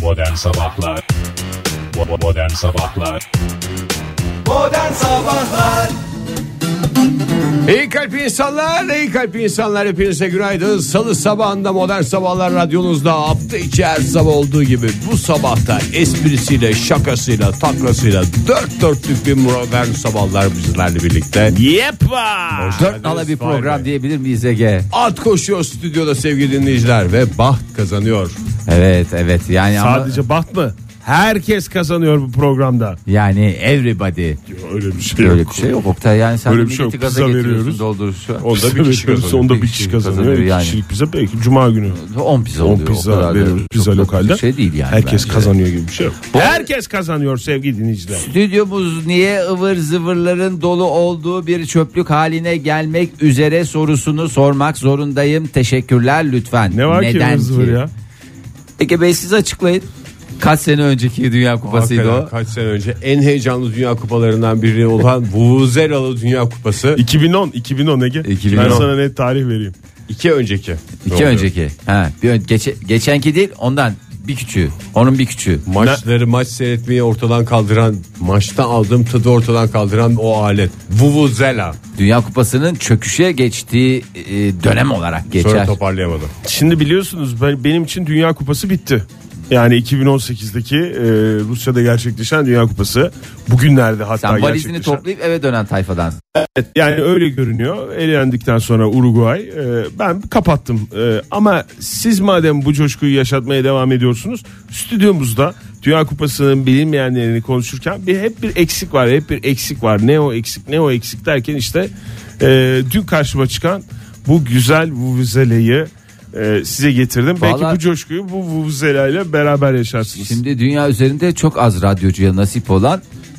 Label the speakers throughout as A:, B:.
A: Modern Sabahlar. Modern Sabahlar.
B: Modern Sabahlar.
C: İyi kalp insanlar hepinize günaydın. Salı sabahında Modern Sabahlar radyonuzda hafta içi her sabah olduğu gibi bu sabahta esprisiyle, şakasıyla, taklasıyla dört dörtlük bir Modern Sabahlar bizlerle birlikte.
D: Yepa!
E: Dört nala bir program diyebilir miyiz Ege?
C: At koşuyor stüdyoda sevgili dinleyiciler ve baht kazanıyor.
E: Evet yani
D: Sadece baht mı? Herkes kazanıyor bu programda.
E: yani everybody.
D: Öyle bir şey
E: Öyle
D: yok.
E: bir şey yok Oktay, yani sen
D: Öyle
E: de
D: bir şey yok.
E: milleti gaza
D: Pizza
E: getiriyorsun,
D: veriyoruz.
E: dolduruşu.
C: Onda bir kişi kazanıyor.
D: Onda bir kişi kazanıyor. İki
E: yani.
D: kişilik pizza belki cuma günü.
E: 10 pizza
D: 10
E: oluyor. O
D: pizza
E: kadar da
D: veriyoruz pizza
E: çok da
D: lokalde.
E: bir şey değil yani.
D: Herkes
E: bence.
D: kazanıyor gibi bir şey yok. Herkes kazanıyor sevgili dinleyiciler.
E: Stüdyomuz niye ıvır zıvırların dolu olduğu bir çöplük haline gelmek üzere sorusunu sormak zorundayım. Teşekkürler lütfen.
D: Ne var
E: Neden
D: ki ıvır zıvır ya?
E: Ege Bey siz açıklayın. Kaç sene önceki Dünya Kupasıydı
C: Hakikaten
E: o?
C: kaç sene önce en heyecanlı dünya kupalarından biri olan Vuvuzelalı Dünya Kupası
D: 2010 Ege.
E: 2010.
D: Ben sana net tarih vereyim.
C: 2 önceki.
E: İki önceki. Ha, geçenki değil, ondan bir küçüğü. Onun bir küçüğü.
C: Maç seyretmeyi ortadan kaldıran, maçtan aldığım tadı ortadan kaldıran o alet. Vuvuzela.
E: Dünya Kupası'nın çöküşe geçtiği dönem olarak geçer.
C: Sonra toparlayamadım.
D: Şimdi biliyorsunuz benim için Dünya Kupası bitti. Yani 2018'deki Rusya'da gerçekleşen Dünya Kupası bugünlerde hatta
E: Sen valizini
D: gerçekleşen.
E: toplayıp eve dönen tayfadan.
D: Evet, yani öyle görünüyor. Elendikten sonra Uruguay ben kapattım. Ama siz madem bu coşkuyu yaşatmaya devam ediyorsunuz, stüdyomuzda Dünya Kupası'nın bilinmeyenlerini konuşurken hep bir eksik var. Ne o eksik derken işte dün karşıma çıkan bu güzel vuvuzeleyi size getirdim.
E: Vallahi,
D: belki bu coşkuyu bu vuvuzela ile beraber yaşarsınız.
E: Şimdi dünya üzerinde çok az radyocuya nasip olan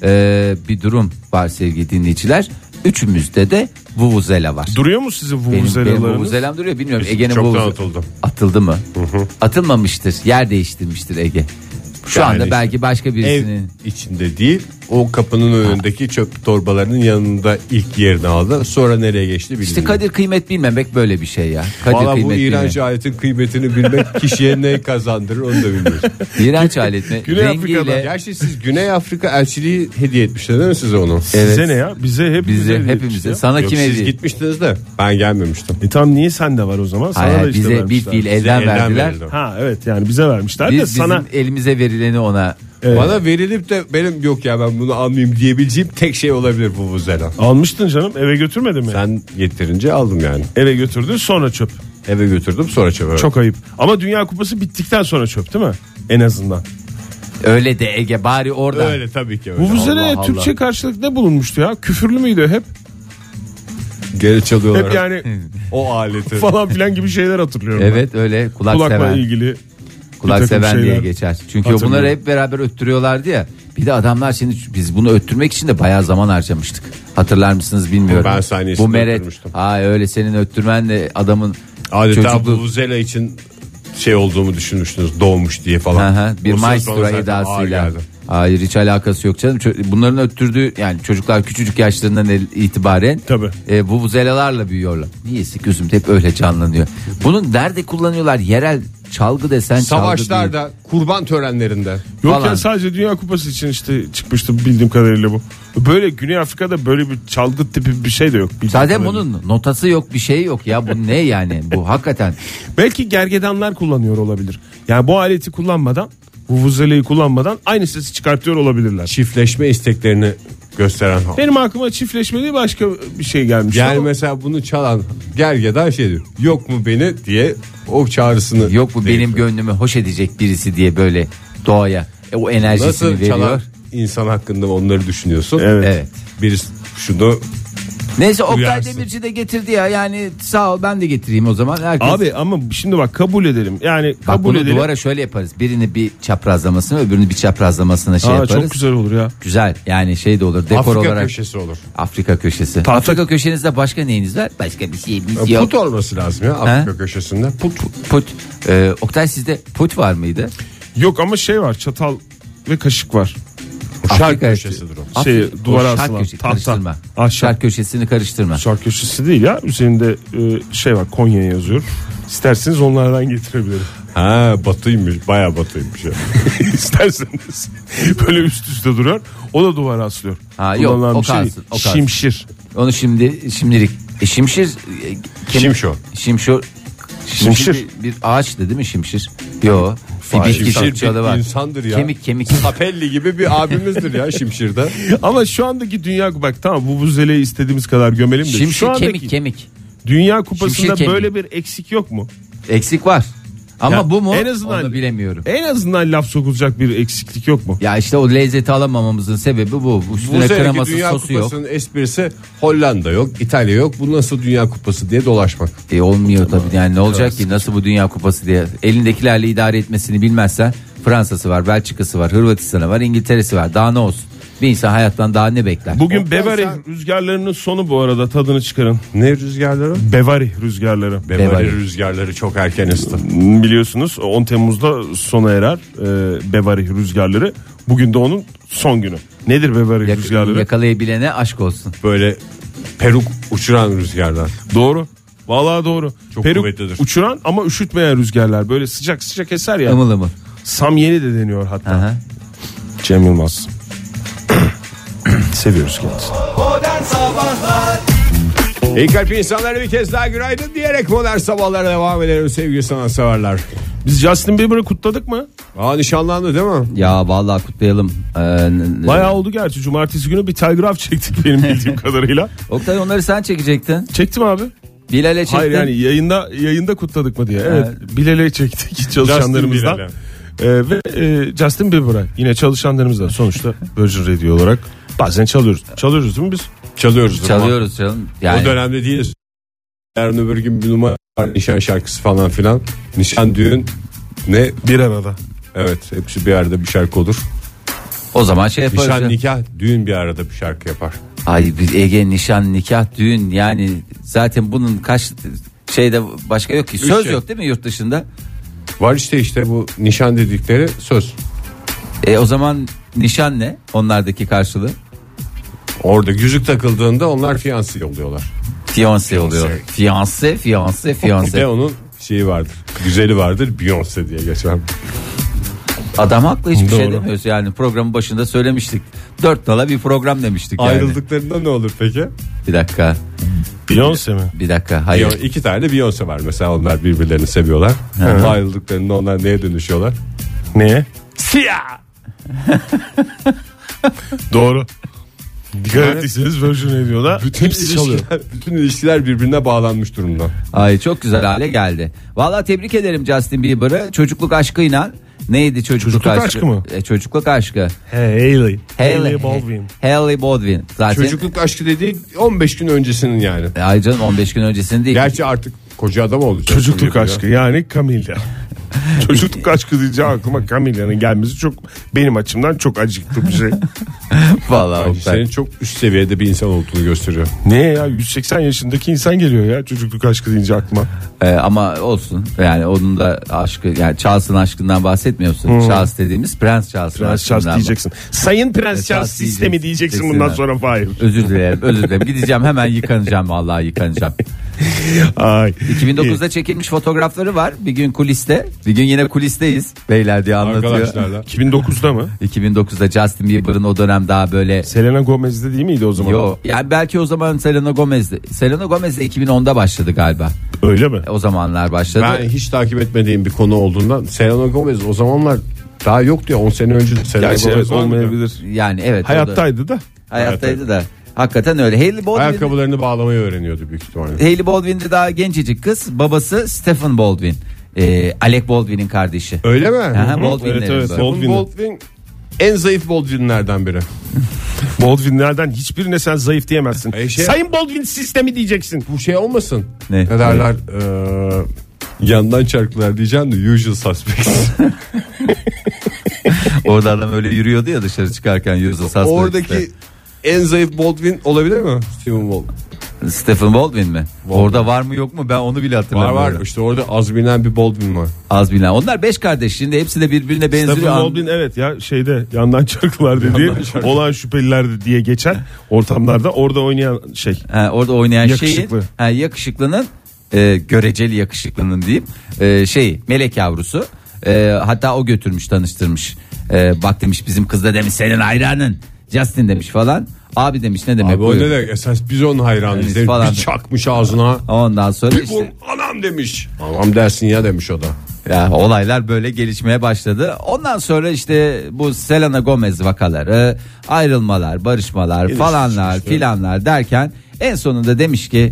E: bir durum var sevgili dinleyiciler. Üçümüzde de vuvuzela var.
D: Duruyor mu sizin
E: Benim
D: vuvuzelalarınız?
E: vuvuzelam duruyor, bilmiyorum. Ege'nin
C: Çoktan
E: vuvuzela
C: atıldı.
E: atıldı mı? Atılmamıştır. Yer değiştirmiştir Ege. Şu
C: Yani
E: anda
C: işte
E: belki başka birisinin.
C: Ev içinde değil, o kapının önündeki çöp torbalarının yanında ilk yerini aldı. Sonra nereye geçti bilmiyorum.
E: İşte kadir kıymet bilmemek böyle bir şey ya. Kadir
C: Valla bu
E: kıymet
C: iğrenç
E: bilmek.
C: aletin kıymetini bilmek kişiye ne kazandırır onu da bilmiyoruz.
E: İğrenç alet mi?
D: Güney Afrika'da.
E: Rengiyle.
C: Gerçi siz Güney Afrika elçiliği hediye etmişler değil mi size onu?
E: Evet.
D: Size ne ya? Bize hepimize.
E: Hepimize. Sana
C: Yok,
E: kim
C: siz
E: hediye?
C: gitmiştiniz de ben gelmemiştim.
D: Tam niye sende var o zaman? Sana
E: Hayır,
D: da işte
E: bize bir
D: vermişler.
E: fiil elden
C: elden
E: verdiler.
C: verildi.
D: Ha evet, yani bize vermişler de
E: Biz
D: sana
E: bizim elimize verileni ona.
C: Bana verilip de benim yok ya ben bunu almayayım diyebileceğim tek şey olabilir bu vuvuzela.
D: almıştın canım, eve götürmedin mi?
C: Sen getirince aldım yani.
D: Eve götürdün, sonra çöp.
C: Eve götürdüm sonra çöpe.
D: Çok ayıp. Ama Dünya Kupası bittikten sonra çöp değil mi? En azından.
E: Öyle de Ege, bari orada.
C: Öyle tabii ki öyle.
D: Vuvuzela'ya
E: Allah
D: Türkçe
E: Allah.
D: karşılık ne bulunmuştu ya? Küfürlü müydü hep?
C: Geri çalıyorlar.
D: Hep yani
C: o aleti.
D: falan filan gibi şeyler hatırlıyorum.
E: Evet öyle, kulak
D: Kulakla
E: seven.
D: ilgili.
E: Kulak
D: bir takım
E: seven diye
D: şeyler
E: geçer. Çünkü
D: hatırlıyorum.
E: bunları hep beraber öttürüyorlardı ya. Bir de adamlar şimdi biz bunu öttürmek için de bayağı zaman harcamıştık. Hatırlar mısınız bilmiyorum.
C: Ben saniyesinde
E: Bu meret.
C: öttürmüştüm.
E: Öyle senin öttürmenle adamın
C: Adeta
E: çocukluğu.
C: vuvuzela için şey olduğumu düşünmüştünüz, doğmuş diye falan.
E: Bir
C: O söz
E: maestro
C: bana zaten ağır
E: edasıyla.
C: geldi.
E: Hayır, hiç alakası yok canım. Bunların öttürdüğü, yani çocuklar küçücük yaşlarından itibaren
D: Tabii.
E: vuvuzelalarla büyüyorlar. Niyeyse gözümde hep öyle canlanıyor. Bunu nerede kullanıyorlar? Yerel çalgı desen çalgı değil.
C: Savaşlarda, kurban törenlerinde.
D: Yok
E: falan.
D: ya, sadece Dünya Kupası için işte çıkmıştı bildiğim kadarıyla bu. Böyle Güney Afrika'da böyle bir çalgı tipi bir şey de yok. bildiğim
E: Zaten
D: kadarıyla.
E: bunun notası yok, bir şey yok ya. Bu ne yani? Bu hakikaten.
D: Belki gergedanlar kullanıyor olabilir. Yani bu aleti kullanmadan, vuvuzelayı kullanmadan aynı sesi çıkartıyor olabilirler.
C: Çiftleşme isteklerini gösteren.
D: Benim aklıma çiftleşme değil başka bir şey gelmiş.
C: Yani
D: Ama
C: mesela bunu çalan gergedan şey diyor. Yok mu beni diye o çağrısını.
E: Yok bu benim gönlümü hoş edecek birisi diye böyle doğaya o enerjisini
C: Nasıl
E: veriyor.
C: çalan insan hakkında onları düşünüyorsun.
E: Evet.
C: Birisi şunu
E: Neyse Oktay
C: Duyarsın.
E: Demirci de getirdi ya, yani sağ ol, ben de getireyim o zaman. Herkes...
D: abi ama şimdi bak, kabul edelim. Yani
E: Bak
D: kabul
E: bunu
D: edelim.
E: duvara şöyle yaparız. Birini bir çaprazlamasına, öbürünü bir çaprazlamasına yaparız.
D: Çok güzel olur ya.
E: Güzel, yani şey de olur, dekor
C: Afrika
E: olarak.
C: köşesi olur.
E: Afrika köşesi. Afrika köşenizde başka neyiniz var? Başka bir şeyimiz yok.
C: Put olması lazım ya Afrika köşesinde.
E: Put. Oktay sizde put var mıydı?
D: Yok ama şey var, çatal ve kaşık var.
C: Şark köşesidir o.
D: Şey, duvara
E: o şark
D: asılan
E: köşesi,
D: tahta.
E: karıştırma.
D: Ahşap.
E: Şark köşesini karıştırma.
D: Şark köşesi değil ya. Üzerinde şey var, Konya yazıyor. İsterseniz onlardan getirebilirim.
C: Ha, batıymış, bayağı batıymış ya.
D: İsterseniz böyle üst üste duruyor. O da duvara aslıyor.
E: Ha, yok,
D: Kullanılan
E: o
D: bir şey
E: kalsın,
D: değil.
E: o kalsın.
D: Şimşir.
E: Onu şimdilik şimşir
C: Şimşo.
D: Şimşir.
E: bir ağaçtı değil mi şimşir? Yok. Bir bitki
C: Şimşir
E: çalı var.
C: bir insandır ya.
E: Kemik.
C: Sapelli gibi bir abimizdir ya Şimşir'de.
D: Ama şu andaki Dünya bak tamam bu buzeleyi istediğimiz kadar gömelim de.
E: Şimşir
D: Şu andaki
E: kemik.
D: Dünya Kupası'nda
E: Şimşir kemik.
D: böyle bir eksik yok mu?
E: Eksik var. Ama
D: Ya,
E: bu mu?
D: en azından-
E: Onu bilemiyorum.
D: En azından laf sokulacak bir eksiklik yok mu?
E: Ya işte o lezzeti alamamamızın sebebi bu. Bu
C: Bu
E: üstüne
C: seneki
E: kreması
C: Dünya
E: sosu yok.
C: Kupası'nın esprisi Hollanda yok, İtalya yok. Bu nasıl Dünya Kupası diye dolaşmak.
E: Olmuyor tabii yani ne olacak ki nasıl bu Dünya Kupası diye. Elindekilerle idare etmesini bilmezsen Fransa'sı var, Belçika'sı var, Hırvatistan'ı var, İngiltere'si var. Daha ne olsun? Bir insan hayattan daha ne bekler?
D: Bugün Bevari rüzgarlarının sonu bu arada tadını çıkarın.
C: Ne rüzgarları?
D: Bevari rüzgarları.
C: Bevari rüzgarları çok erken ıstı.
D: Biliyorsunuz 10 Temmuz'da sona erer Bevari rüzgarları. Bugün de onun son günü. Nedir Bevari rüzgarları?
E: Yakalayabilene aşk olsun.
C: Böyle peruk uçuran rüzgarlar.
D: Doğru. Vallahi doğru.
C: Çok
D: Peruk
C: kuvvetlidir.
D: uçuran ama üşütmeyen rüzgarlar. Böyle sıcak sıcak eser ya.
E: Imıl ımıl.
D: Samyeli de deniyor hatta.
E: Aha.
D: Cem Yılmaz. Seviyoruz kendisini.
B: Modern Sabahlar
C: İyi kalp insanlara bir kez daha günaydın diyerek modern sabahlara devam edelim sevgili sanatseverler.
D: Biz Justin Bieber'ı kutladık mı?
C: Nişanlandı değil mi?
E: Ya vallahi kutlayalım.
D: Bayağı oldu gerçi. Cumartesi günü bir telgraf çektik benim bildiğim kadarıyla.
E: Oktay onları sen çekecektin.
D: Çektim abi.
E: Bilal'e çektin.
D: Hayır yani yayında kutladık mı diye. Evet. Bilal'e çektik çalışanlarımızdan. Ve Justin Bieber'a yine çalışanlarımızla sonuçta Virgin Radio olarak bazen çalıyoruz. Çalıyoruz değil mi biz?
C: Çalıyoruz.
E: Çalıyoruz canım. Yani
C: O dönemde değiliz. Yarın öbür gün bir numara var, nişan şarkısı falan filan. Nişan, düğün ne?
D: Bir arada.
C: Evet, hepsi bir arada bir şarkı olur.
E: o zaman şey yaparız.
C: Nişan,
E: ya.
C: nikah, düğün bir arada bir şarkı yapar.
E: Ay bir Ege nişan nikah düğün yani zaten bunun kaç şeyde başka yok ki. Söz
C: şey.
E: yok değil mi yurt dışında?
C: Var işte bu nişan dedikleri söz.
E: O zaman nişan ne? Onlardaki karşılığı.
C: Orada yüzük takıldığında onlar fiancé oluyorlar.
E: Fiancé oluyor. Fiancé.
C: Bir de onun şeyi vardır. Güzeli vardır, Beyoncé diye geçer.
E: Adam haklı hiçbir şey
D: Doğru.
E: demiyoruz yani programın başında söylemiştik. 4 nala bir program demiştik yani.
C: Ayrıldıklarında ne olur peki?
E: Bir dakika.
D: Beyoncé mi?
E: Bir dakika. Hayır.
C: İki tane Beyoncé var mesela, onlar birbirlerini seviyorlar. Ayrıldıklarında onlar neye dönüşüyorlar?
D: Neye? Siyah. Doğru. Dikkat ettiyseniz Virgin Radio'da hepsi çalıyor.
C: Bütün ilişkiler birbirine bağlanmış durumda.
E: Ay çok güzel hale geldi. Vallahi tebrik ederim Justin Bieber'ı. Çocukluk aşkıyla. Neydi çocukluk
D: aşkı mı?
E: Çocukluk aşkı.
D: Hailey
E: Hailey
D: Baldwin.
E: Hailey Baldwin. Zaten
C: Çocukluk aşkı dediği 15 gün öncesinin yani.
E: Ay canım 15 gün öncesinde değil.
C: Gerçi artık koca adam oldu.
D: Çocukluk aşkı yani Camilla. Çocukluk aşkı deyince aklıma Camilla'nın gelmesi çok benim açımdan çok acıklı bir şey.
E: Vallahi Oktay.
C: Senin çok üst seviyede bir insan olduğunu gösteriyor.
D: Ne ya 180 yaşındaki insan geliyor ya çocukluk aşkı deyince aklıma.
E: Ama olsun yani onun da aşkı yani Charles'ın aşkından bahsetmiyorsun. Charles dediğimiz Prens Charles'ın
D: Prens Charles
E: aşkından
D: diyeceksin. Sayın Prens Charles
E: Charles
D: sistemi diyeceksin
E: diyeceksin
D: bundan
E: ha.
D: sonra Fahir.
E: Özür dilerim. Gideceğim hemen yıkanacağım vallahi yıkanacağım.
D: Ay.
E: 2009'da çekilmiş fotoğrafları var. Bir gün kuliste. Bir gün yine kulisteyiz. Beyler diye anlatıyor.
C: Arkadaşlarla.
D: 2009'da mı?
E: 2009'da Justin Bieber'ın o dönem daha böyle
D: Selena Gomez'de değil miydi o zaman?
E: Yo, yani belki o zaman Selena Gomez'de. Selena Gomez de 2010'da başladı galiba.
D: Öyle mi?
E: O zamanlar başladı.
C: Ben hiç takip etmediğim bir konu olduğundan Selena Gomez o zamanlar daha yoktu ya, 10 sene önce de Selena
D: Gerçi
C: Gomez
D: evet,
C: olmayabilir.
D: olmayabilir.
E: Yani evet. o da-
D: Hayattaydı da.
E: Hayattaydı da. Hakikaten öyle.
C: Ayakkabılarını bağlamayı öğreniyordu büyük ihtimalle.
E: Hailey Baldwin de daha gencecik kız. Babası Stephen Baldwin. Alec Baldwin'in kardeşi.
C: Öyle mi?
E: Aha, Baldwin'lerin
D: Evet, evet.
E: böyle.
C: Baldwin en zayıf Baldwin'lerden biri.
D: Baldwin'lerden hiçbirine sen zayıf diyemezsin. Sayın Baldwin sistemi diyeceksin.
C: Bu şey olmasın.
E: Ne?
C: Ne derler? Yandan çarklar diyeceğim de usual suspects.
E: Orada adam öyle yürüyordu ya dışarı çıkarken yüzü saslı.
C: Oradaki en zayıf Baldwin olabilir mi? Stephen Baldwin.
E: Stephen Baldwin mi? Orada var mı yok mu ben onu bile
C: Var
E: hatırlamıyorum.
C: var, işte orada az bilinen bir Baldwin var.
E: Az bilinen. Onlar 5 kardeş şimdi hepsi de birbirine benziyor.
D: Stephen Baldwin evet ya şeyde yandan çarkılar dediği olan şüpheliler diye geçer ortamlarda orada oynayan şey.
E: Orada oynayan
D: Yakışıklı.
E: şeyin yakışıklının göreceli yakışıklının diyeyim melek yavrusu. Hatta o götürmüş, tanıştırmış. Bak demiş, bizim kız da demiş senin hayranın Justin demiş falan. Abi demiş, ne demek?
C: Abi o ne demek? Esas biz onun hayranıyız demiş. Bir çakmış ağzına.
E: Ondan sonra işte
C: anam demiş. Anam dersin ya demiş o da.
E: Ya olaylar böyle gelişmeye başladı. Ondan sonra işte bu Selena Gomez vakaları, ayrılmalar, barışmalar falanlar filanlar derken en sonunda demiş ki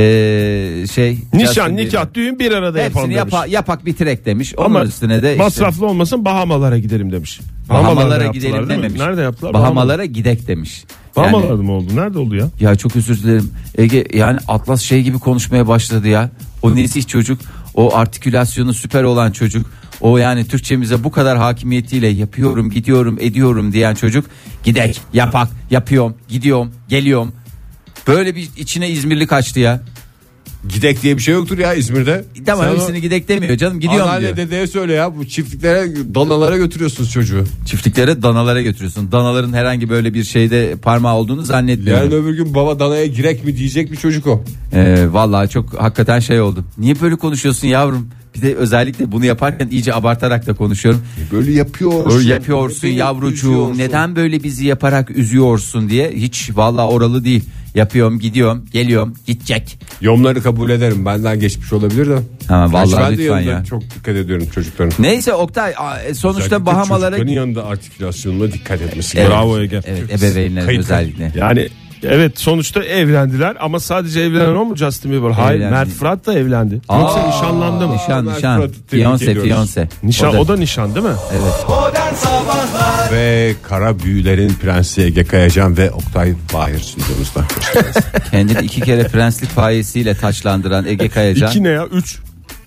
D: nişan, nikah, düğün bir arada yapalım demiş.
E: Yapak bitirek demiş. Onun
D: ama
E: üstüne de
D: masraflı olmasın, Bahamalara gidelim demiş.
E: Bahamalara gidelim dememiş.
D: Nerede yaptılar?
E: Bahamalara gidek demiş.
D: Bahamalarda mı oldu? Nerede oldu ya?
E: Ya çok özür dilerim Ege, yani Atlas gibi konuşmaya başladı ya. O nezih çocuk, o artikülasyonu süper olan çocuk, o yani Türkçemize bu kadar hakimiyetiyle yapıyorum, gidiyorum, ediyorum diyen çocuk, gidek, yapak, yapıyorum, gidiyorum, geliyorum. Böyle bir içine İzmirli kaçtı ya.
C: Gidek diye bir şey yoktur ya İzmir'de.
E: Tamam, hepsini gidek demiyor canım, gidiyorum diyor.
C: Anneanne dedeye söyle ya, bu çiftliklere, danalara götürüyorsunuz çocuğu.
E: Çiftliklere, danalara götürüyorsun. Danaların herhangi böyle bir şeyde parmağı olduğunu zannetmiyorum.
C: Yani öbür gün baba danaya girek mi diyecek bir çocuk o.
E: Vallahi çok hakikaten oldu. Niye böyle konuşuyorsun yavrum? Bir de özellikle bunu yaparken iyice abartarak da konuşuyorum.
C: Böyle yapıyorsun
E: yavrucuğum. Neden böyle bizi yaparak üzüyorsun diye. Hiç vallahi oralı değil. Yapıyorum, gidiyorum, geliyorum, gidecek.
C: Yomları kabul ederim. Benden geçmiş olabilir de.
E: Ha, vallahi lütfen ya.
C: Çok dikkat ediyorum çocukların.
E: Neyse Oktay, sonuçta özellikle Bahamalara
C: çocukların yanında artikülasyonuna dikkat etmesi.
E: Evet,
D: bravo Ege.
E: Evet, ebeveynlerin özellikle.
D: Yani evet, sonuçta evlendiler ama sadece evlenen o mu Justin Bieber? Hayır, Mert Fırat da evlendi. Yoksa nişanlandı mı?
E: Nişan. Fiyancé.
D: Nişan, o da nişan değil mi?
E: Evet.
B: Modern Sabahlar.
C: Ve kara büyülerin prensi Ege Kayacan ve Oktay Bahir stüdyomuzda.
E: Kendini 2 kere prenslik payesiyle taçlandıran Ege Kayacan.
D: 2 ne ya? 3.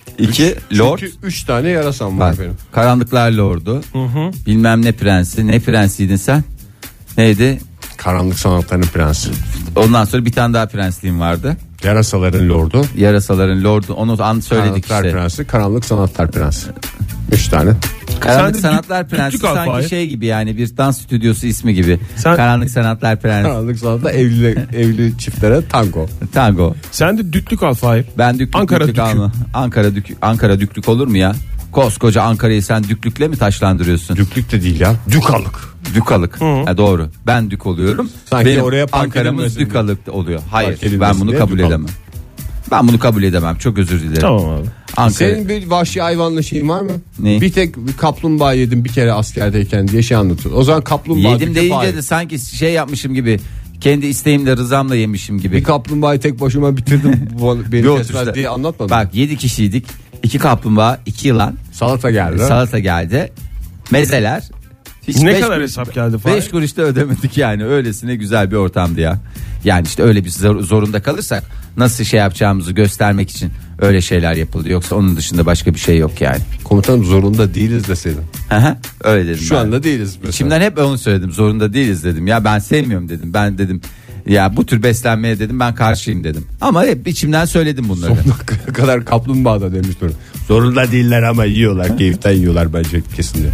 E: 2 lord.
C: Çünkü 3 tane yarasam var benim.
E: Karanlıklar lordu. Bilmem ne prensi. Ne prensiydin sen? Neydi?
C: Karanlık sanatların prensi.
E: Ondan sonra bir tane daha prensliğim vardı.
C: Yarasaların lordu.
E: Yarasaların lordu. Onu söyledik
C: Sanatlar
E: işte.
C: prensi, karanlık sanatlar prensi. 3 tane.
E: Karanlık sanatlar prensi sanki gibi, yani bir dans stüdyosu ismi gibi. Karanlık sanatlar prensi.
C: Karanlık sanatlar evli çiftlere tango.
D: Sen de düklük al Fahir.
E: Ben düklük alma. Ankara düklük olur mu ya? Koskoca Ankara'yı sen düklükle mi taşlandırıyorsun?
C: Düklük de değil ya.
E: Dükalık. Doğru. Ben dük oluyorum.
C: Sanki
E: benim
C: oraya
E: Ankara'mız dükalık oluyor. Hayır, ben bunu kabul edemem. Ben bunu kabul edemem. Çok özür dilerim.
D: Tamam abi.
C: Senin bir vahşi hayvanla şeyin var mı?
E: Ne?
C: Bir tek bir kaplumbağa yedim bir kere askerdeyken diye şey anlatıyor. O zaman kaplumbağa
E: yedim deyince de sanki yapmışım gibi. Kendi isteğimle, rızamla yemişim gibi.
C: Bir kaplumbağayı tek başıma bitirdim. Beni kesmez diye anlatmadım.
E: Bak 7 kişiydik. 2 kaplumbağa, 2 yılan. Salata geldi. Mezeler.
D: Hiç ne kadar hesap geldi falan?
E: 5 kuruşta ödemedik yani. Öylesine güzel bir ortamdı ya. Yani işte öyle bir zorunda kalırsak nasıl yapacağımızı göstermek için öyle şeyler yapıldı. Yoksa onun dışında başka bir şey yok yani.
C: Komutanım zorunda değiliz deseydin.
E: Öyle dedim.
C: Şu anda değiliz mesela.
E: İçimden hep onu söyledim. Zorunda değiliz dedim. Ya ben sevmiyorum dedim. Ben dedim ya bu tür beslenmeye dedim ben karşıyım dedim. Ama hep içimden söyledim bunları.
C: Son dakikaya kadar kaplumbağa da demişler. Zorunda değiller ama yiyorlar. Keyiften yiyorlar bence kesin.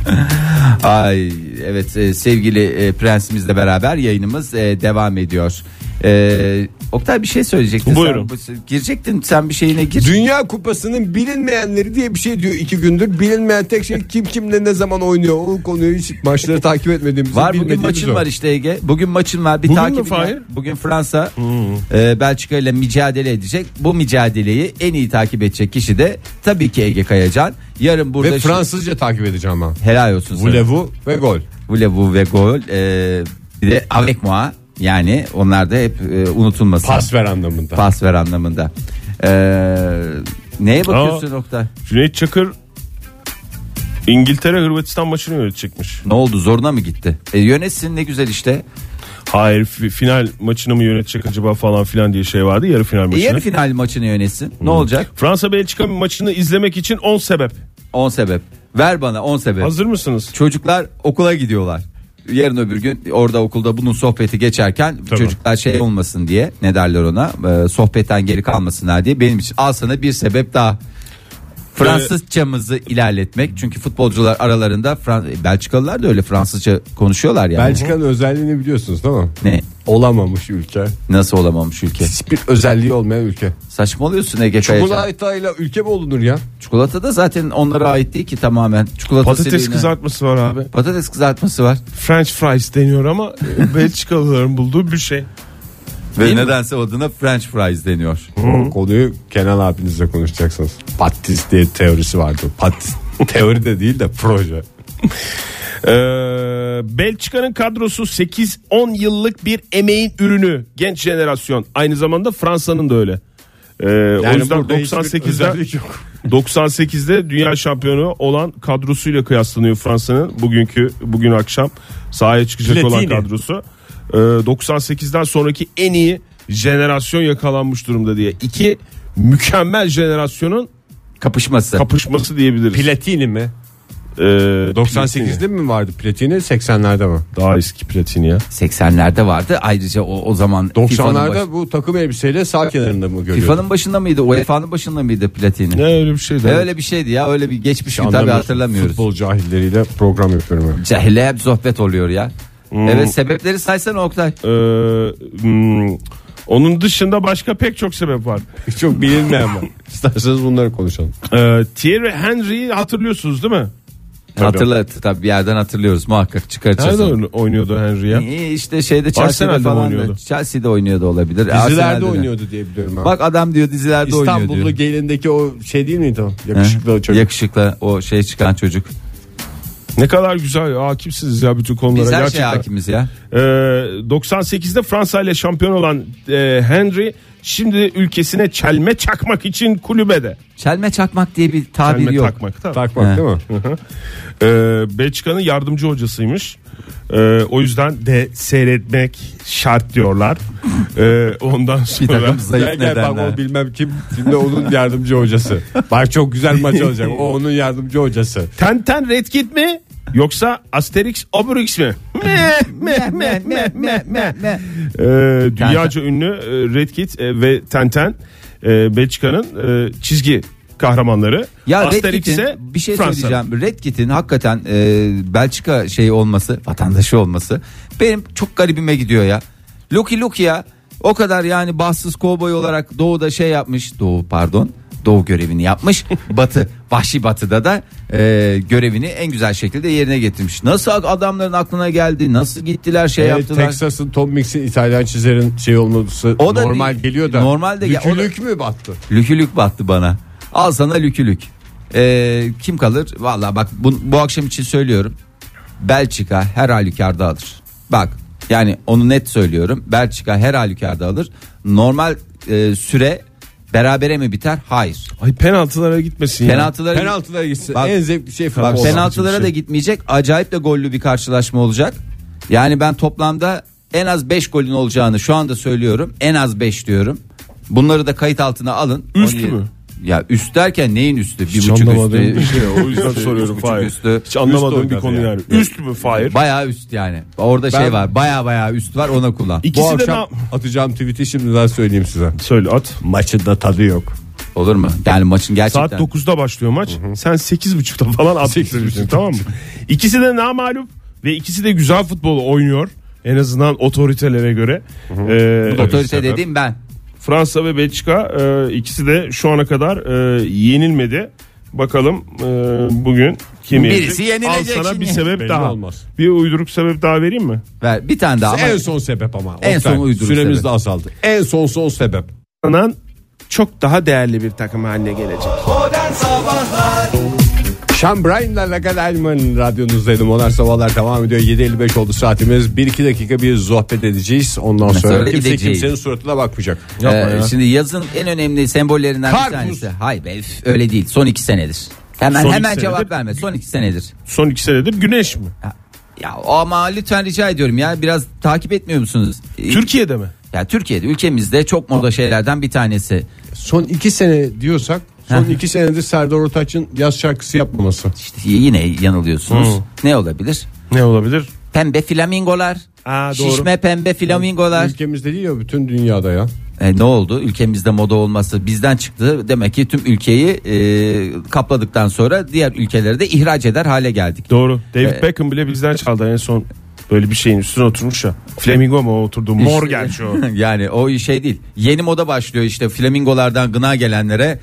E: Ay evet, sevgili prensimizle beraber yayınımız devam ediyor. Oktay bir şey söyleyecektin.
D: Buyurun.
E: Girecektin sen bir şeyine gir.
C: Dünya Kupası'nın bilinmeyenleri diye bir şey diyor 2 gündür. Bilinmeyen tek şey kim kimle ne zaman oynuyor. O konuyu hiç maçları takip etmediğimiz.
E: Var bugün maçın var işte Ege. Bugün maçın var. Bir takip. Bugün Fransa Belçika ile mücadele edecek. Bu mücadeleyi en iyi takip edecek kişi de tabii ki Ege Kayacan. Yarın burada
C: ve Fransızca takip edeceğim ben.
E: Helal olsun sana.
C: Voulez-vous ve gol.
E: Voulez-vous ve gol. Bir de avec moi. Yani onlar da hep unutulmasın.
C: Pas ver anlamında.
E: Neye bakıyorsun Oktay?
D: Cüneyt Çakır İngiltere Hırvatistan maçını yönetecekmiş.
E: Ne oldu, zoruna mı gitti? Yönetsin, ne güzel işte.
D: Hayır, final maçını mı yönetecek acaba falan filan diye şey vardı, yarı final maçını.
E: Yarı final maçını yönetsin. Ne olacak?
D: Fransa Belçika maçını izlemek için 10 sebep.
E: 10 sebep. Ver bana 10 sebep.
D: Hazır mısınız?
E: Çocuklar okula gidiyorlar. Yarın öbür gün orada okulda bunun sohbeti geçerken çocuklar olmasın diye, ne derler ona, sohbetten geri kalmasınlar diye, benim için al sana bir sebep daha. Fransızcamızı ilerletmek. Çünkü futbolcular aralarında Belçikalılar da öyle Fransızca konuşuyorlar yani.
C: Belçika'nın özelliğini biliyorsunuz değil mi?
E: Ne?
C: Olamamış ülke.
E: Nasıl olamamış ülke?
C: Hiçbir özelliği olmayan ülke.
E: Saçmalıyorsun Ege Kayacan.
C: Çikolatayla ülke mi olunur ya?
E: Çikolata da zaten onlara ait değil ki tamamen.
D: Patates kızartması var abi.
E: Patates kızartması var.
D: French fries deniyor ama Belçikalıların bulduğu bir şey.
E: Ve nedense adına French fries deniyor.
C: Konuyu Kenan abinizle konuşacaksınız. Patis diye teorisi vardı. Patis teori de değil de proje.
D: Belçika'nın kadrosu 8-10 yıllık bir emeğin ürünü. Genç jenerasyon. Aynı zamanda Fransa'nın da öyle. O yüzden 98'de dünya şampiyonu olan kadrosuyla kıyaslanıyor Fransa'nın bugün akşam sahaya çıkacak olan kadrosu. 98'den sonraki en iyi jenerasyon yakalanmış durumda diye. İki mükemmel jenerasyonun kapışması diyebiliriz.
C: Platini mi? 98'de mi vardı Platini, 80'lerde mi?
D: Daha eski Platini ya.
E: 80'lerde vardı. Ayrıca o zaman
C: 90'larda bu takım elbiseyle sağ kenarında mı görüyorduk?
E: FIFA'nın başında mıydı? UEFA'nın başında mıydı Platini?
D: Ne öyle bir şeydi.
E: Öyle bir şeydi ya. Öyle bir geçmişini tabii hatırlamıyoruz.
C: Futbol cahilleriyle program yapıyorum ben.
E: Cahille hep sohbet oluyor ya. Evet, sebepleri saysana Oktay.
D: Onun dışında başka pek çok sebep var.
C: Çok bilinmeyen var. İsterseniz bunları konuşalım.
D: Thierry Henry'yi hatırlıyorsunuz değil mi?
E: Tabii bir yerden hatırlıyoruz, muhakkak çıkaracağız.
D: Nerede oynuyordu Henry ya?
E: İşte Chelsea'de falan
D: oynuyordu.
E: Chelsea'de oynuyordu olabilir.
C: Dizilerde oynuyordu diye biliyorum ben.
E: Bak adam diyor dizilerde oynuyor diyor.
C: İstanbullu gelindeki o şey değil miydi o? Yakışıklı o çocuk.
E: Yakışıklı o çıkan çocuk.
D: Ne kadar güzel hakimsiniz ya bütün konulara.
E: Biz her
D: gerçekten.
E: şeye hakimiz ya.
D: 98'de Fransa ile şampiyon olan Henry şimdi ülkesine çelme çakmak için kulübede.
E: Çelme çakmak diye bir tabir
D: Çelme
E: yok.
C: Takmak değil mi?
D: Belçika'nın yardımcı hocasıymış. O yüzden de seyretmek şart diyorlar. Ondan sonra
E: Bir takım zayıf
C: Gel bak
E: nedenler.
C: o bilmem kim. Şimdi onun yardımcı hocası. Bak çok güzel maç olacak. O onun yardımcı hocası.
D: Tenten Red Kit mi? Yoksa Asterix Obelix mi? Dünyaca ünlü Red Kit ve Tenten Belçika'nın çizgi kahramanları.
E: Ya
D: Asterix ise
E: Red Kit'in bir şey
D: Fransa.
E: söyleyeceğim. Red Kit'in hakikaten Belçika olması, vatandaşı olması benim çok garibime gidiyor ya. Lucky ya. O kadar yani bahtsız kovboy olarak doğuda yapmış. Doğu görevini yapmış. Vahşi Batı'da da görevini en güzel şekilde yerine getirmiş. Nasıl adamların aklına geldi? Nasıl gittiler yaptılar?
C: Texas'ın Tom Mix'in İtalyan çizerin olması o da normal geliyor da.
E: Normalde
C: Lükülük mü battı?
E: Lükülük battı bana. Al sana lükülük. Kim kalır? Vallahi bak bu akşam için söylüyorum. Belçika her halükarda alır. Bak yani onu net söylüyorum. Belçika her halükarda alır. Normal süre berabere mi biter? Hayır.
D: Ay penaltılara gitmesin ya.
C: Penaltılara gitsin.
E: Bak,
C: en zevkli şey
E: falan.
C: futbol.
E: Penaltılara da gitmeyecek. Acayip de gollü bir karşılaşma olacak. Yani ben toplamda en az 5 golün olacağını şu anda söylüyorum. En az 5 diyorum. Bunları da kayıt altına alın.
D: Üst mü?
E: Ya üst derken neyin üstü?
D: Hiç
E: 1.5 üstü.
D: O yüzden soruyorum Fahir.
E: Üstü.
D: Hiç anlamadığım
C: Üst
D: bir konu yani.
C: yani.
D: Üst mü Fahir?
E: Bayağı üst yani. Orada var. Bayağı üst var, ona kullan.
C: Bu
D: İkisi de
C: akşam atacağım tweet'i şimdiden söyleyeyim size.
D: Söyle at.
C: Maçın da tadı yok.
E: Olur mu? Yani maçın gerçekten.
D: Saat 9'da başlıyor maç. Sen 8.30'da falan atmışsın tamam mı? İkisi de namağlup ve ikisi de güzel futbol oynuyor. En azından otoritelere göre.
E: Otorite dediğim ben.
D: Fransa ve Belçika ikisi de şu ana kadar yenilmedi. Bakalım bugün kim
E: Birisi
D: yenecek?
E: yenilecek
D: Al sana
E: şimdi.
D: bir sebep
C: Belli
D: daha.
C: olmaz.
D: Bir uyduruk sebep daha vereyim mi?
E: Ver bir tane daha ama.
C: En son sebep ama.
E: En son uyduruk
C: Süremiz
E: sebep.
C: de azaldı. En son sebep.
D: Anan çok daha değerli bir takım haline gelecek.
B: Modern Sabahlar
C: Sean Bryan'la Laga Diamond radyonuzdaydı. Modern Sabahlar devam ediyor. 7.55 oldu saatimiz. 1-2 dakika bir sohbet edeceğiz. Ondan sonra
E: Sonra
C: kimse
E: gideceğiz.
C: kimsenin suratına bakmayacak.
E: Şimdi yazın en önemli sembollerinden
C: Karpuz.
E: bir tanesi. Hayır be, öyle değil. Son 2 senedir. Hemen
D: Son 2
E: cevap
D: senedir.
E: verme. Son 2 senedir.
D: Son 2 senedir güneş mi?
E: Ya ama lütfen rica ediyorum ya, biraz takip etmiyor musunuz?
D: Türkiye'de mi?
E: Ya Türkiye'de, ülkemizde çok moda şeylerden bir tanesi.
C: Son 2 sene diyorsak son 2 senedir Serdar Ortaç'ın yaz şarkısı yapmaması.
E: İşte yine yanılıyorsunuz. Ne olabilir?
D: Ne olabilir?
E: Pembe flamingolar.
D: Doğru.
E: Şişme pembe flamingolar.
C: Ülkemizde değil ya, bütün dünyada ya.
E: Ne oldu? Ülkemizde moda olması bizden çıktı. Demek ki tüm ülkeyi kapladıktan sonra diğer ülkelere de ihraç eder hale geldik.
D: Doğru. David Beckham bile bizden çaldı en son. Böyle bir şeyin üstüne oturmuş ya. Flamingo mu oturdu? Mor gerçi o.
E: Yani o şey değil. Yeni moda başlıyor işte, flamingolardan gına gelenlere,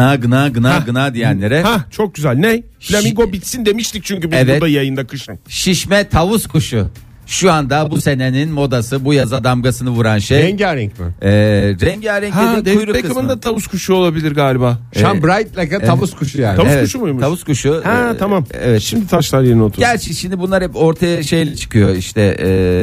E: gına diyenlere.
D: Çok güzel. Ne? Flamingo bitsin demiştik çünkü biz burada yayında kışın.
E: Şişme tavus kuşu. Şu anda bu senenin modası, bu yaza damgasını vuran şey.
C: Rengarenk mi?
E: Rengarenk de
D: David
E: kuyruk
D: Beckham'ın
E: kısmı.
D: da tavus kuşu olabilir galiba.
C: Sean Bright like tavus kuşu yani.
D: Tavus kuşu muymuş?
E: Tavus kuşu.
D: Tamam.
E: Evet.
D: Şimdi taşlar yerine oturdu.
E: Gerçi şimdi bunlar hep ortaya çıkıyor işte,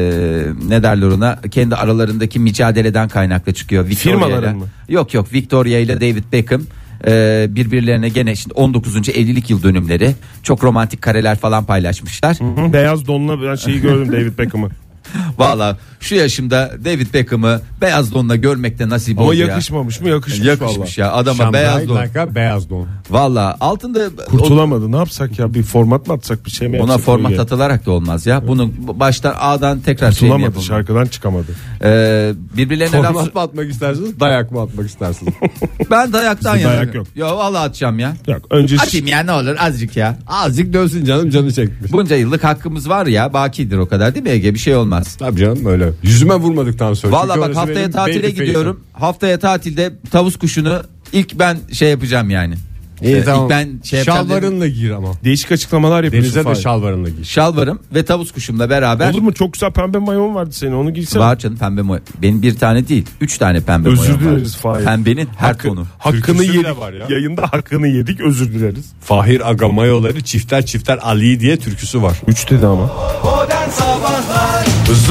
E: ne derler ona, kendi aralarındaki mücadeleden kaynaklı çıkıyor.
D: Firmaların mı?
E: Yok, Victoria ile David Beckham birbirlerine gene şimdi 19. evlilik yıl dönümleri, çok romantik kareler falan paylaşmışlar.
D: Beyaz donla ben şeyi gördüm David Beckham'ı.
E: Valla şu yaşımda David Beckham'ı beyaz donla görmekte nasip oldu ya.
D: Ama yakışmamış mı?
E: Yakışmış ya adama
C: Sean
E: beyaz
C: Bright
E: don.
C: like beyaz don.
E: Valla altında
D: Kurtulamadı. Ne yapsak ya? Bir format mı atsak, bir şey mi yapsak?
E: buna format atılarak da olmaz ya. Bunun baştan A'dan tekrar şeyini
D: Kurtulamadı,
E: yapalım.
D: şarkıdan çıkamadı.
E: Birbirlerine laf...
C: Format mı atmak istersiniz? Dayak mı atmak istersiniz?
E: Ben dayaktan
D: Bizde
E: yanayım.
D: dayak yok.
E: Ya valla atacağım ya.
D: Yok, önce
E: Atayım ya, ne olur azıcık ya.
C: Azıcık dövsün canım, canı çekmiş.
E: Bunca yıllık hakkımız var ya, bakidir o kadar değil mi Ege, bir şey olmaz.
C: Tabii canım öyle. Yüzüme vurmadıktan sonra.
E: Valla
C: Çünkü
E: bak,
C: orası
E: haftaya
C: benim
E: tatile
C: baby
E: gidiyorum. Haftaya tatilde tavus kuşunu ilk ben şey yapacağım yani.
C: İyi tamam.
E: İlk ben şey yapacağım dedim.
C: Şalvarınla gir ama.
D: değişik açıklamalar yapıyorsun.
C: Denize de
D: Fahir.
C: şalvarınla gir.
E: Şalvarım ve tavus kuşumla beraber.
D: Olur mu? Çok güzel pembe mayon vardı senin, onu giysene.
E: Var canım, pembe mayo. Benim bir tane değil, 3 tane pembe
D: Özür
E: mayo var.
D: dileriz Fahir.
E: Pembenin her tonu.
D: Hakkını
C: Türküsü bile
D: yedik.
C: var ya.
D: Yayında hakkını yedik, özür dileriz.
C: Fahir Aga mayoları çifter çifter Ali diye türküsü var.
D: 3 dedi ama.
B: Modern Sabahlar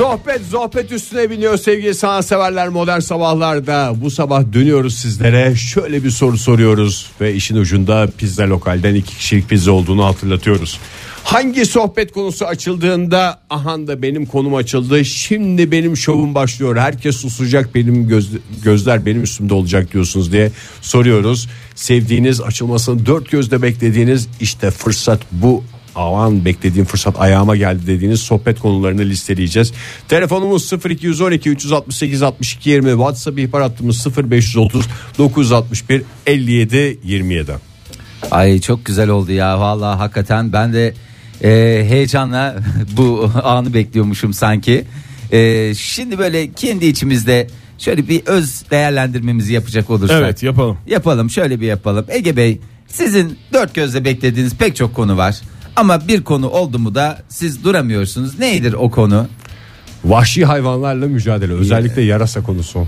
C: Sohbet üstüne biniyor sevgili sanatseverler modern sabahlarda. Bu sabah dönüyoruz sizlere, şöyle bir soru soruyoruz ve işin ucunda pizza lokalden 2 kişilik pizza olduğunu hatırlatıyoruz. Hangi sohbet konusu açıldığında ahan da benim konum açıldı, şimdi benim şovum başlıyor, herkes susacak, benim gözler benim üstümde olacak diyorsunuz diye soruyoruz. Sevdiğiniz, açılmasını dört gözle beklediğiniz, işte fırsat bu, aman beklediğim fırsat ayağıma geldi dediğiniz sohbet konularını listeleyeceğiz. Telefonumuz 0212 368 62 20, WhatsApp ihbar hattımız 0530 961 57 27.
E: Ay çok güzel oldu ya vallahi, hakikaten ben de heyecanla bu anı bekliyormuşum sanki. Şimdi böyle kendi içimizde şöyle bir öz değerlendirmemizi yapacak olursak.
D: Evet, yapalım.
E: Yapalım, şöyle bir yapalım. Ege Bey, sizin dört gözle beklediğiniz pek çok konu var. Ama bir konu oldu mu da siz duramıyorsunuz. Nedir o konu?
C: Vahşi hayvanlarla mücadele, özellikle yarasa konusu.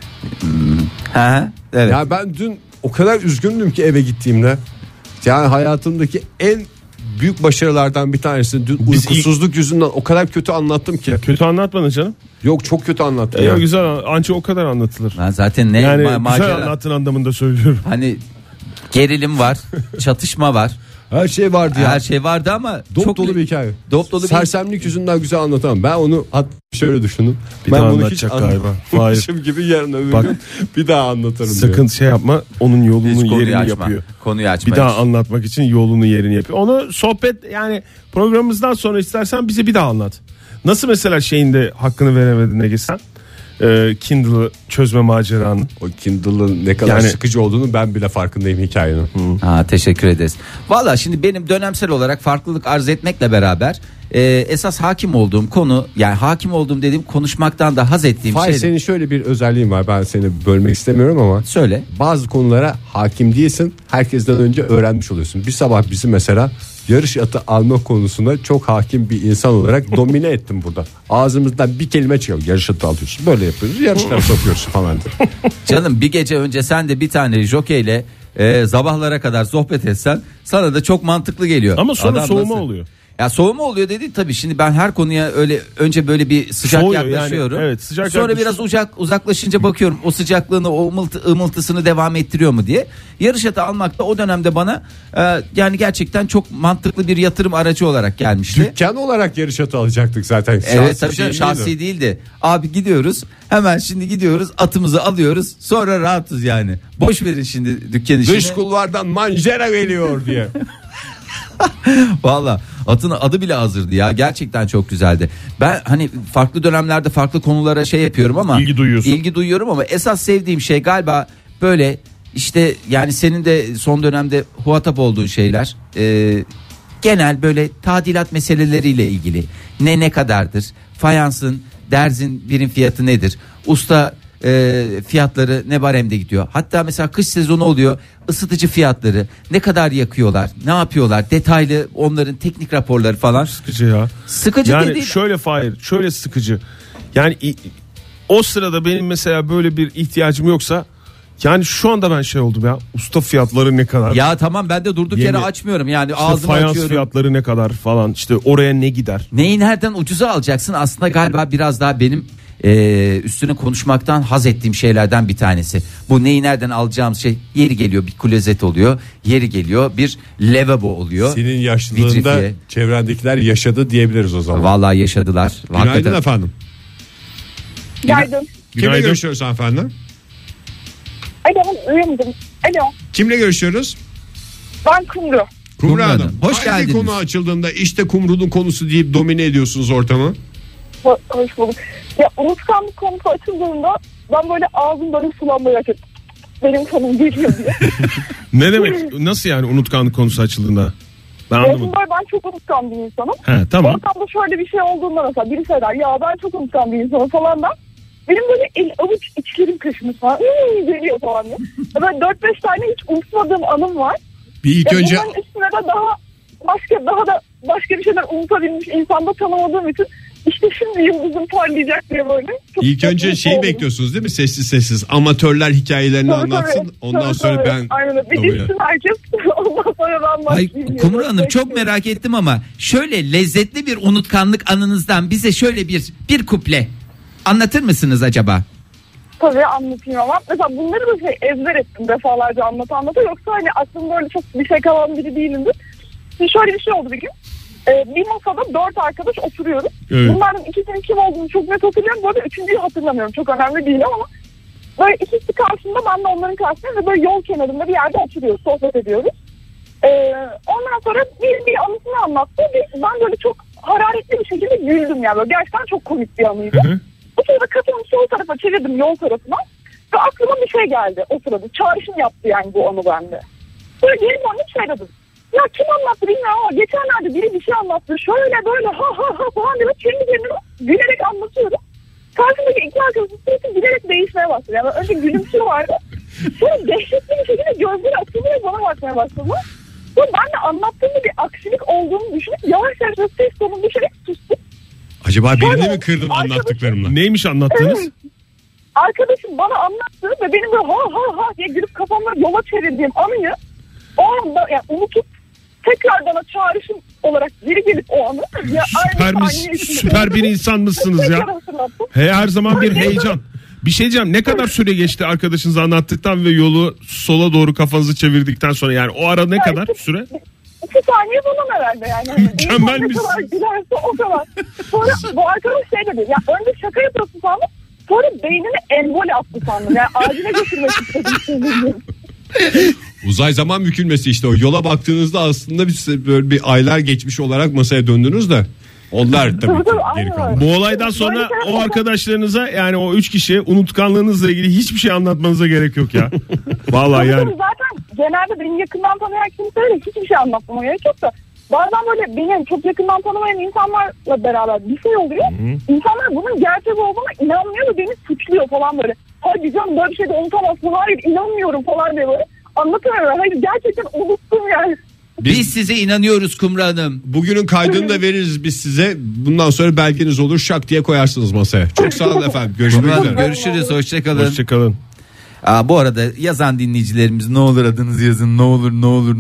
E: Evet.
C: Ya ben dün o kadar üzgündüm ki eve gittiğimde. Yani hayatımdaki en büyük başarılardan bir tanesini dün uykusuzluk yüzünden o kadar kötü anlattım ki.
D: Kötü anlatmadın canım.
C: Yok, çok kötü anlattım.
D: Ya
C: ya.
D: güzel, anca o kadar anlatılır.
E: Ben zaten ne
D: Yani güzel
E: macera.
D: anlattığın anlamında söylüyorum.
E: Hani gerilim var, çatışma var.
C: Her şey vardı ya.
E: Her şey vardı ama
C: Dop
E: çok
C: dolu bir hikaye.
E: Dop dolu bir
C: Sersemlik yüzünden güzel anlatamam. Ben onu şöyle düşündüm.
D: Bir
C: ben
D: daha
C: bunu
D: anlatacak
C: hiç
D: galiba.
C: anlatmışım gibi yarın öbür
D: Bak,
C: gün bir daha anlatırım.
D: Sakın
C: diyor.
D: şey yapma, onun yolunu
E: Hiç konuyu
D: yerini
E: açma.
D: yapıyor.
E: Konuyu açma.
D: Bir daha
E: hiç.
D: anlatmak için yolunu yerini yapıyor. Onu sohbet, yani programımızdan sonra istersen bize bir daha anlat. Nasıl mesela şeyinde hakkını veremedin Ege sen? Kindle'ı çözme maceranın.
C: O Kindle'ın ne kadar
D: Yani-
C: sıkıcı olduğunu ben bile farkındayım hikayenin.
E: Teşekkür ederiz. Valla şimdi benim dönemsel olarak farklılık arz etmekle beraber esas hakim olduğum konu, yani hakim olduğum dediğim konuşmaktan da haz ettiğim
C: Fahir,
E: şey.
C: senin şöyle bir özelliğin var, ben seni bölmek istemiyorum ama
E: Söyle.
C: bazı konulara hakim değilsin, herkesten önce öğrenmiş oluyorsun. Bir sabah bizi mesela yarış atı alma konusunda çok hakim bir insan olarak domine ettim burada. Ağzımızdan bir kelime çıkıyor, yarış atı alıyorsun, böyle yapıyoruz, yarışlara sokuyorsun falan diye.
E: Canım, bir gece önce sen de bir tane jokeyle sabahlara kadar sohbet etsen sana da çok mantıklı geliyor.
D: Ama sonra
E: Adam
D: soğuma
E: nasıl-
D: oluyor.
E: Ya soğuma oluyor dedi tabii, şimdi ben her konuya öyle önce böyle bir sıcak
D: Soğuyor yani,
E: yaklaşıyorum.
D: evet, sıcak
E: Sonra
D: yaklaşıyorsun.
E: biraz uzaklaşınca bakıyorum o sıcaklığını, o ımıltısını devam ettiriyor mu diye. Yarış atı almak da o dönemde bana yani gerçekten çok mantıklı bir yatırım aracı olarak gelmişti.
C: Dükkan olarak yarış atı alacaktık zaten.
E: Evet
C: Şahsi
E: tabii canım,
C: değil
E: şahsi
C: miydi?
E: değildi. Abi gidiyoruz, hemen şimdi gidiyoruz, atımızı alıyoruz, sonra rahatız yani. Boş verin şimdi dükkan işini.
C: Dış kulvardan manjera geliyor diye.
E: Valla Atın adı bile hazırdı ya. Gerçekten çok güzeldi. Ben hani farklı dönemlerde farklı konulara şey yapıyorum ama ilgi duyuyorum ama esas sevdiğim şey galiba böyle işte yani senin de son dönemde muhatap olduğun şeyler. Genel böyle tadilat meseleleriyle ilgili. Ne kadardır? Fayansın, derzin birim fiyatı nedir? Usta fiyatları ne baremde gidiyor? Hatta mesela kış sezonu oluyor. Isıtıcı fiyatları ne kadar yakıyorlar? Ne yapıyorlar? Detaylı onların teknik raporları falan.
D: Sıkıcı ya.
E: Sıkıcı
D: yani
E: değil.
D: Şöyle Fahir, şöyle sıkıcı. Yani o sırada benim mesela böyle bir ihtiyacım yoksa yani şu anda ben şey oldum ya. Usta fiyatları ne kadar?
E: Ya tamam ben de durduk yere açmıyorum. Yani
D: işte
E: ağzımı
D: fayans
E: açıyorum.
D: Fiyatları ne kadar falan. İşte oraya ne gider?
E: Neyi nereden ucuza alacaksın? Aslında galiba biraz daha benim üstüne konuşmaktan haz ettiğim şeylerden bir tanesi. Bu neyi nereden alacağımız şey yeri geliyor bir klozet oluyor. Yeri geliyor bir lavabo oluyor.
C: Senin yaşlılığında
E: Vitrifiye.
C: çevrendekiler yaşadı diyebiliriz o zaman.
E: Vallahi yaşadılar.
C: Günaydın
E: Hakikaten.
C: efendim.
F: Günaydın.
C: Kimle görüşüyoruz efendim?
F: Alo, uyumadım. Alo,
C: Kimle görüşüyoruz?
F: ben Kumru.
C: Kumru Hanım.
E: Hoş
C: Hangi
E: geldiniz.
C: konu açıldığında işte Kumru'nun konusu deyip domine ediyorsunuz ortamı?
F: Hoş bulduk. Ya unutkanlık konusu açıldığında ben böyle ağzım böyle sulanmaya başladı. Benim konum geliyor diye.
D: Ne demek? Nasıl yani unutkanlık konusu açıldığında? Ben anlamadım.
F: Aslında ben çok unutkan bir insanım.
D: He, tamam.
F: Ortamda şöyle bir şey olduğunda mesela biri söyler ya ben çok unutkan bir insanım falan da. Benim böyle el avuç içlerim kaşımış falan. Geliyor falan diye. Böyle 4-5 tane hiç unutmadığım anım var.
C: Bir ilk
F: Ya
C: önce
F: bunların üstüne de başka bir şeyler unutabilmiş insanda tanımadığım için işte şimdi yıldızım parlayacak diye böyle.
C: ilk önce şeyi bekliyorsunuz değil mi? Sessiz sessiz amatörler hikayelerini anlatsın. Ondan sonra ben
F: aynen bir gitsin herkes. Ondan sonra ben
E: Ay
F: başlayayım.
E: Kumru Hanım çok merak ettim ama şöyle lezzetli bir unutkanlık anınızdan bize şöyle bir kuple anlatır mısınız acaba?
F: Tabii anlatayım ama mesela bunları da ezber ettim defalarca anlata yoksa hani aslında öyle çok bir şey kalan biri değilimdir. Şimdi şöyle bir şey oldu bir gün. Bir masada 4 arkadaş oturuyoruz.
D: Evet.
F: Bunların ikisinin kim olduğunu çok net hatırlıyorum. Bu arada üçüncüyü hatırlamıyorum. Çok önemli değil ama böyle ikisi karşımda ben de onların karşısında ve böyle yol kenarında bir yerde oturuyoruz. Sohbet ediyoruz. Ondan sonra bir anısını anlattı ve ben böyle çok hararetli bir şekilde güldüm yani. Böyle gerçekten çok komik bir anıydı.
D: Hı hı.
F: O sırada kafamı sol tarafa çevirdim yol tarafına ve aklıma bir şey geldi o sırada. Çağrışım yaptı yani bu anı bende. Böyle geri döndüm şey dedim. Ya kim anlattı bilmiyorum ama geçenlerde biri bir şey anlattı. Şöyle böyle ha falan diye kendi kendime gülerek anlatıyorum. Karşımdaki iki arkadaşım sürekli gülerek değişmeye başladı. Yani önce gülümsüyorlardı. Sonra dehşetli bir şekilde gözleri açılmaya bana bakmaya başladı. Sonra ben de anlattığımda bir aksilik olduğunu düşünüp yavaş yavaş ses tonunu düşerek sustum.
C: acaba birini
F: Sonra
C: mi kırdım anlattıklarımla?
D: Neymiş anlattınız?
F: Evet. Arkadaşım bana anlattı ve benim böyle ha diye gülüp kafamda yola çevirdiğim anıyı o anda yani unutup tekrar bana çağrışım olarak geri gelip o anı ya
D: Süper bir insan mısınız ya? Her zaman bir heyecan. Bir şey diyeceğim, ne kadar süre geçti arkadaşınız anlattıktan ve yolu sola doğru kafanızı çevirdikten sonra, yani o ara ne kadar süre?
F: 2 saniye falan herhalde yani.
D: Mükemmel
F: ne kadar gülerse o kadar. Sonra bu arkadaş şey dedi ya önce şaka yapıyorsun sandım sonra beynine emboli attı sandım yani acile götürmek istedim.
C: Uzay zaman bükülmesi işte o. Yola baktığınızda aslında böyle bir aylar geçmiş olarak masaya döndünüz de onlar tabii ki geri kaldı.
D: Bu olaydan sonra o arkadaşlarınıza, yani o 3 kişiye unutkanlığınızla ilgili hiçbir şey anlatmanıza gerek yok ya. Vallahi yani.
F: Zaten genelde benim yakından tanıyan kimselere hiçbir şey anlatmama gerek yok da bazen böyle benim çok yakından tanımayan insanlarla beraber bir şey oluyor. İnsanlar bunun gerçek olduğuna inanmıyor ve beni suçluyor falan böyle. Hayır canım böyle bir şey de unutamazsın, hayır inanmıyorum falan diye böyle. Anlatamıyorum. Hayır gerçekten unuttum yani.
E: Biz size inanıyoruz Kumru Hanım.
C: Bugünün kaydını da veririz biz size. Bundan sonra belgeniz olur, şak diye koyarsınız masaya. Çok sağ olun efendim. Görüşmek
E: Kumru Hanım
C: üzere.
E: görüşürüz, hoşçakalın.
D: Hoşçakalın.
E: Bu arada yazan dinleyicilerimiz ne olur adınızı yazın, ne olur.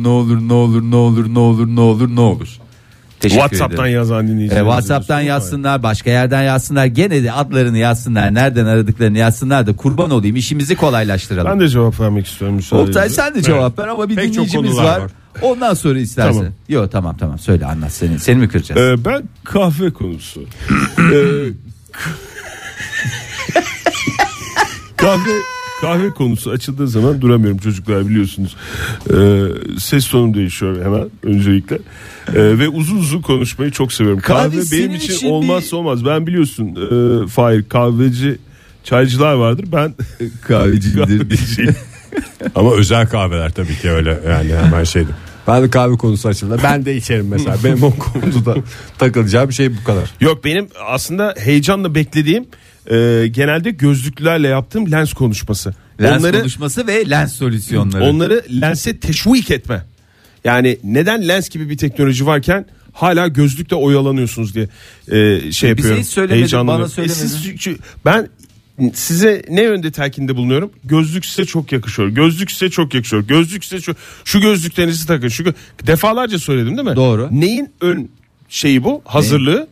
E: Teşekkür
D: WhatsApp'tan
E: ederim.
D: yazan dinleyicilerimiz.
E: WhatsApp'tan yazsınlar, başka yerden yazsınlar, gene de adlarını yazsınlar, nereden aradıklarını yazsınlar da kurban olayım, işimizi kolaylaştıralım.
D: Ben de cevap vermek istiyorum müsaadenizle.
E: Oktay sen de cevap ver ama bir
C: Pek çok
E: dinleyicimiz
C: konular
E: var.
C: var.
E: Ondan sonra istersen.
D: Tamam.
E: Yok tamam söyle, anlat seni. Seni mi kıracağız?
D: Ben kahve konusu. kahve Kahve konusu açıldığı zaman duramıyorum çocuklar, biliyorsunuz. Ses tonum değişiyor hemen öncelikle. Ve uzun uzun konuşmayı çok seviyorum. Kahve benim için olmazsa olmaz. Ben biliyorsun Fahir, kahveci, çaycılar vardır. Ben kahveciyim.
C: Ama özel kahveler tabii ki öyle, yani hemen şeydi. Ben de kahve konusu açıldı. Ben de içerim mesela. Benim o konuda takılacağım bir şey bu kadar.
D: Yok, benim aslında heyecanla beklediğim genelde gözlüklerle yaptığım lens konuşması.
E: Lens konuşması ve lens solüsyonları.
D: Onları lense teşvik etme. Yani neden lens gibi bir teknoloji varken hala gözlükle oyalanıyorsunuz diye şey yapıyorum.
E: Bize hiç söylemedin, bana söylemedin.
D: Ben size ne yönde telkinde bulunuyorum? Gözlük size çok yakışıyor. Gözlük size çok yakışıyor. Gözlük size çok... Şu gözlüklerinizi takın. Defalarca söyledim değil mi?
E: Doğru.
D: Neyin ön şeyi bu? Hazırlığı?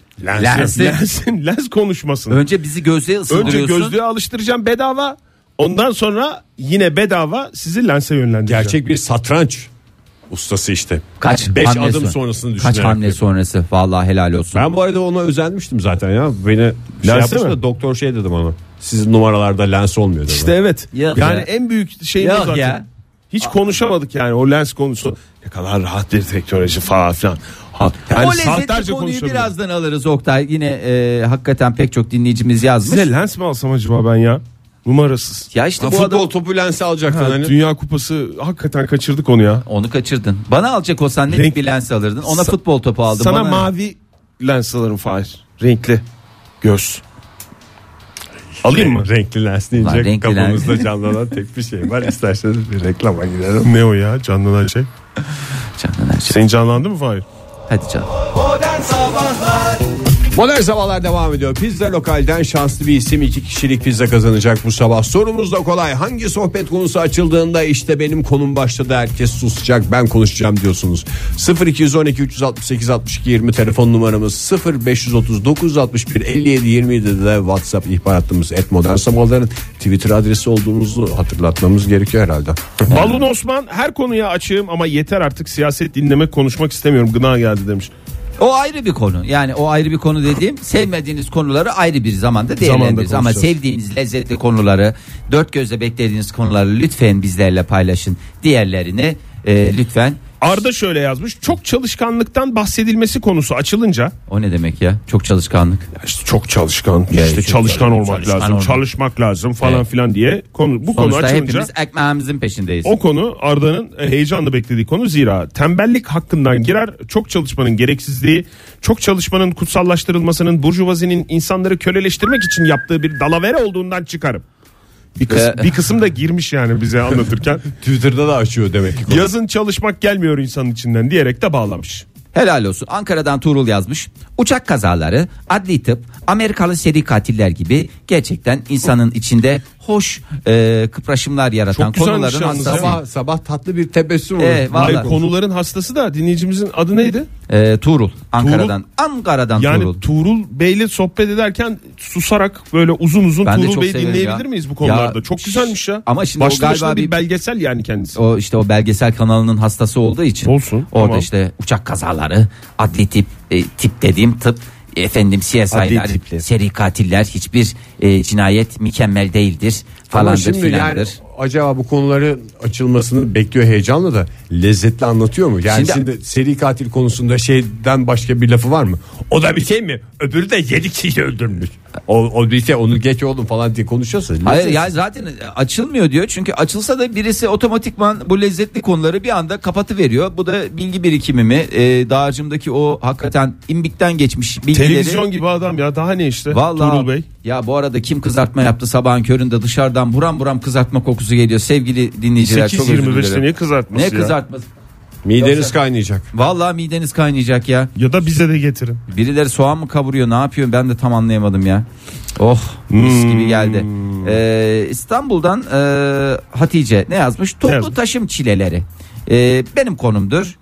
D: Lens konuşmasın.
E: Önce bizi gözlüğe ısındırıyorsun.
D: Önce gözlüğe alıştıracağım bedava. Ondan sonra yine bedava sizi lense yönlendireceğim.
C: Gerçek bir satranç ustası işte.
E: Kaç
C: 5
E: hamle
C: adım sonrasını düşünerek.
E: Kaç hamle sonrası, vallahi helal olsun.
C: Ben bu arada ona özenmiştim zaten ya. Beni yapmıştı da doktor şey dedim ona. Sizin numaralarda lens olmuyor dedi.
D: İşte evet.
E: Yok
D: yani
E: ya.
D: en büyük şeyimiz zaten. Ya. Hiç konuşamadık yani o lens konusu. Ne kadar rahat bir teknoloji falan filan. Yani
E: o lezzetli konuyu birazdan alırız Oktay. Yine hakikaten pek çok dinleyicimiz yazmış.
D: Size lens mi alsam acaba ben ya? Numarasız.
E: Ya işte bu
C: futbol
E: adam...
C: topu lensi alacaktın hani.
D: Dünya Kupası hakikaten kaçırdık onu ya.
E: Onu kaçırdın. Bana alacak olsan ne bir lens alırdın? Ona futbol topu aldım.
D: Sana mavi lens alırım Fahir. Renkli. Göz. Alayım mı?
C: Renkli lens deyince kafamızda canlanan tek bir şey var. İsterseniz bir reklama gidelim.
D: Ne o ya canlanan şey?
E: Canlanan şey.
D: Senin canlandı mı Fahir?
E: Hadi canım.
B: Modern Sabahlar.
C: Modern Sabahlar devam ediyor. Pizza Lokal'den şanslı bir isim 2 kişilik pizza kazanacak bu sabah. Sorumuz da kolay. Hangi sohbet konusu açıldığında işte benim konum başladı, herkes susacak, ben konuşacağım diyorsunuz. 0212 368 62 20 telefon numaramız, 0530 61 57 27'de de WhatsApp ihbar hattımız @Modern Sabahların Twitter adresi olduğumuzu hatırlatmamız gerekiyor herhalde.
D: Balun Osman, her konuya açığım ama yeter artık, siyaset dinlemek, konuşmak istemiyorum, gına geldi demiş.
E: O ayrı bir konu. Yani o ayrı bir konu dediğim, sevmediğiniz konuları ayrı bir zamanda değerlendiririz. Ama sevdiğiniz lezzetli konuları, dört gözle beklediğiniz konuları lütfen bizlerle paylaşın. Diğerlerini lütfen.
D: Arda şöyle yazmış: çok çalışkanlıktan bahsedilmesi konusu açılınca.
E: O ne demek ya? Çok çalışkanlık.
D: Ya işte çok çalışkan,
E: Ya
D: işte çalışkan olmak lazım, çalışmak lazım falan filan diye konu, bu konu açılınca
E: hepimiz ekmeğimizin peşindeyiz.
D: O konu Arda'nın heyecanla beklediği konu, zira tembellik hakkından girer, çok çalışmanın gereksizliği, çok çalışmanın kutsallaştırılmasının burjuvazinin insanları köleleştirmek için yaptığı bir dalavere olduğundan çıkarım. Bir kısım da girmiş yani bize anlatırken.
C: Twitter'da da açıyor demek ki.
D: Yazın çalışmak gelmiyor insanın içinden diyerek de bağlamış.
E: Helal olsun. Ankara'dan Tuğrul yazmış. Uçak kazaları, adli tıp, Amerikalı seri katiller gibi gerçekten insanın içinde hoş kıpraşımlar yaratan konuların hastası.
C: Sabah tatlı bir tebessüm olur.
D: Hayır, konuların hastası da dinleyicimizin adı neydi?
E: Tuğrul. Ankara'dan
D: yani
E: Tuğrul.
D: Tuğrul Bey'le sohbet ederken susarak böyle uzun uzun
E: ben
D: Tuğrul Bey'i dinleyebilir miyiz bu konularda? Çok güzelmiş ya.
E: Ama şimdi
D: başlı
E: o galiba
D: bir belgesel yani kendisi.
E: O işte o belgesel kanalının hastası olduğu için.
D: Olsun.
E: Orada
D: tamam.
E: işte uçak kazaları, adli tip dediğim tıp, efendim CSI'ler, seri katiller, hiçbir cinayet mükemmel değildir falandır
C: şimdi
E: filandır.
C: Yani acaba bu konuların açılmasını bekliyor heyecanla da lezzetli anlatıyor mu? Yani şimdi seri katil konusunda şeyden başka bir lafı var mı? O da bir şey mi? Öbürü de 7 kişi öldürmüş. O bir şey, onu geç oğlum falan diye konuşuyorsa.
E: Hayır ya, zaten açılmıyor diyor. Çünkü açılsa da birisi otomatikman bu lezzetli konuları bir anda kapatıveriyor. Bu da bilgi birikimi mi? Dağarcığımdaki o hakikaten imbikten geçmiş bilgileri.
D: Televizyon gibi adam ya, daha ne işte.
E: Vallahi,
D: Tuğrul Bey.
E: Ya bu arada kim kızartma yaptı sabahın köründe, dışarıdan buram buram kızartma kokusu geliyor sevgili dinleyiciler.
D: 8-25'te ne kızartması
E: ne
D: ya?
E: Kızartması?
C: Mideniz kaynayacak.
E: Vallahi mideniz kaynayacak ya.
D: Ya da bize de getirin.
E: Birileri soğan mı kavuruyor, ne yapıyor, ben de tam anlayamadım ya. Oh, mis gibi geldi. İstanbul'dan Hatice ne yazmış? Toplu taşım çileleri. Benim konumdur.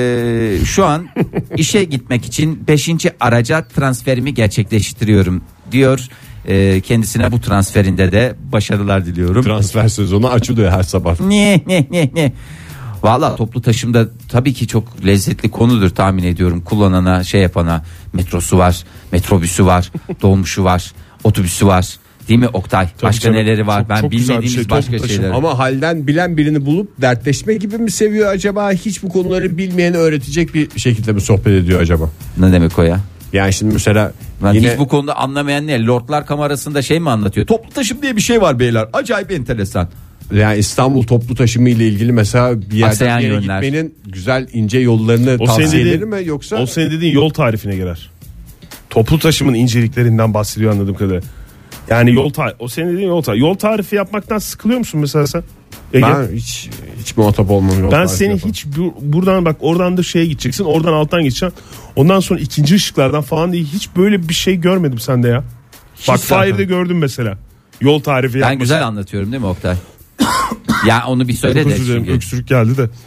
E: Şu an işe gitmek için 5. araca transferimi gerçekleştiriyorum diyor. Kendisine bu transferinde de başarılar diliyorum.
C: Transfer sezonu açılıyor her sabah.
E: Ne. Valla toplu taşımda tabii ki çok lezzetli konudur tahmin ediyorum. Kullanana, şey yapana, metrosu var, metrobüsü var, dolmuşu var, otobüsü var. Değil mi Oktay?
D: Tabii
E: Başka
D: canım.
E: neleri var?
D: Çok-
E: Ben
D: çok güzel bir
E: bilmediğimiz
D: şey,
E: başka
D: toplu taşıma.
E: şeyler.
C: Ama halden bilen birini bulup dertleşme gibi mi seviyor acaba? Hiç bu konuları bilmeyeni öğretecek bir şekilde mi sohbet ediyor acaba?
E: Ne demek o ya?
C: Yani şimdi mesela
E: Ben
C: yine
E: hiç bu konuda anlamayan ne? Lordlar Kamerası'nda şey mi anlatıyor? Toplu taşım diye bir şey var beyler. Acayip enteresan.
C: yani İstanbul toplu taşımı ile ilgili mesela bir yerden
E: Aksayan
C: bir yere
E: yönler.
C: gitmenin güzel ince yollarını
D: O
C: tavsiye
D: senin
C: eder
D: dediğin-
C: mi yoksa?
D: O senin dediğin yol tarifine girer. Toplu taşımın inceliklerinden bahsediyor anladığım kadarıyla. Yani o senin dediğin yol tarifi yapmaktan sıkılıyor musun mesela sen? Ege?
C: Ben hiç muhatap olmam. yol
D: Ben
C: tarifi
D: seni
C: yapan.
D: hiç buradan bak oradan da şeye gideceksin, oradan alttan geçeceksin. Ondan sonra ikinci ışıklardan falan diye hiç böyle bir şey görmedim sende ya. Bak
C: zaten.
D: Fahir'de gördüm mesela. Yol tarifi
E: Ben
D: yapması.
E: güzel anlatıyorum değil mi Oktay? Ya onu bir söyle
D: Çok
E: de.
D: özür dilerim,
E: çünkü.
D: öksürük geldi de.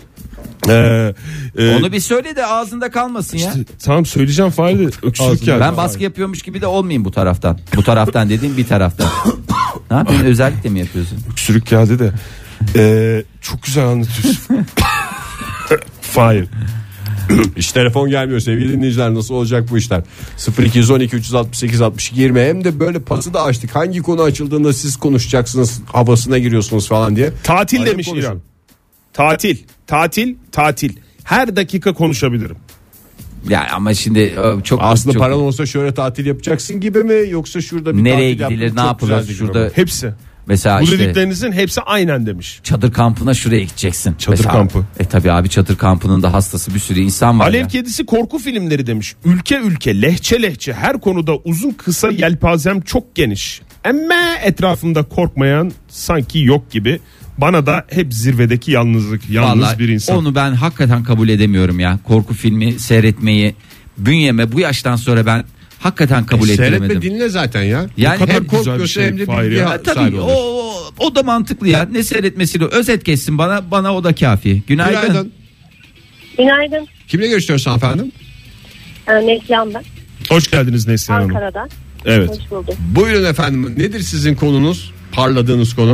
E: Onu bir söyle de ağzında kalmasın ya.
D: Tamam söyleyeceğim Fahir'de öksürük geldi.
E: Ben baskı yapıyormuş gibi de olmayayım bu taraftan. Bu taraftan dediğim bir taraftan. Ne yapıyorsun? Özellikle mi yapıyorsun?
D: Öksürük geldi de. Çok güzel anlatıyorsun. Fahir.
C: Hiç telefon gelmiyor sevgili dinleyiciler, nasıl olacak bu işler? 0212 368 62 20 hem de böyle pası da açtık. Hangi konu açıldığında siz konuşacaksınız havasına giriyorsunuz falan diye.
D: Tatil
C: Hadi
D: demiş
C: konuşalım.
D: İrem. Tatil. Her dakika konuşabilirim.
E: Ya ama şimdi çok
C: Aslında
E: çok,
C: paran olsa şöyle tatil yapacaksın gibi mi, yoksa şurada bir
E: nereye
C: tatil
E: gidilir,
C: yaptım,
E: ne
C: çok
E: yapılır
C: güzeldi gibi
E: şurada
C: mi?
D: Hepsi.
E: mesela
D: Bu
E: işte
D: dediklerinizin hepsi aynen demiş.
E: çadır kampına şuraya gideceksin.
D: Çadır kampı.
E: Tabii abi, çadır kampının da hastası bir sürü insan var
D: Alev
E: ya.
D: kedisi korku filmleri demiş. Ülke lehçe her konuda uzun kısa yelpazem çok geniş. Ama etrafımda korkmayan sanki yok gibi. Bana da hep zirvedeki yalnız
E: Vallahi
D: bir insan.
E: onu ben hakikaten kabul edemiyorum ya. Korku filmi seyretmeyi bünyeme bu yaştan sonra ben hakikaten kabul ettiremedim.
C: Seyretme, dinle zaten ya.
E: Yani
C: hem
D: kadar güzel bir
C: korkmuyorsa
D: şey,
C: hem de
D: Fahir
C: bilgi
D: ya.
E: Ha, tabii
C: sahibi oluyor.
E: o da mantıklı ya. Ne seyretmesiyle özet geçsin bana o da kafi. Günaydın.
C: Günaydın.
F: Günaydın.
C: Kimle görüşüyoruz efendim?
F: Neslihan ben.
D: Hoş geldiniz Neslihan Hanım.
F: Ankara'dan.
D: Evet.
F: Hoş bulduk.
C: Buyurun efendim, nedir sizin konunuz? Parladığınız konu?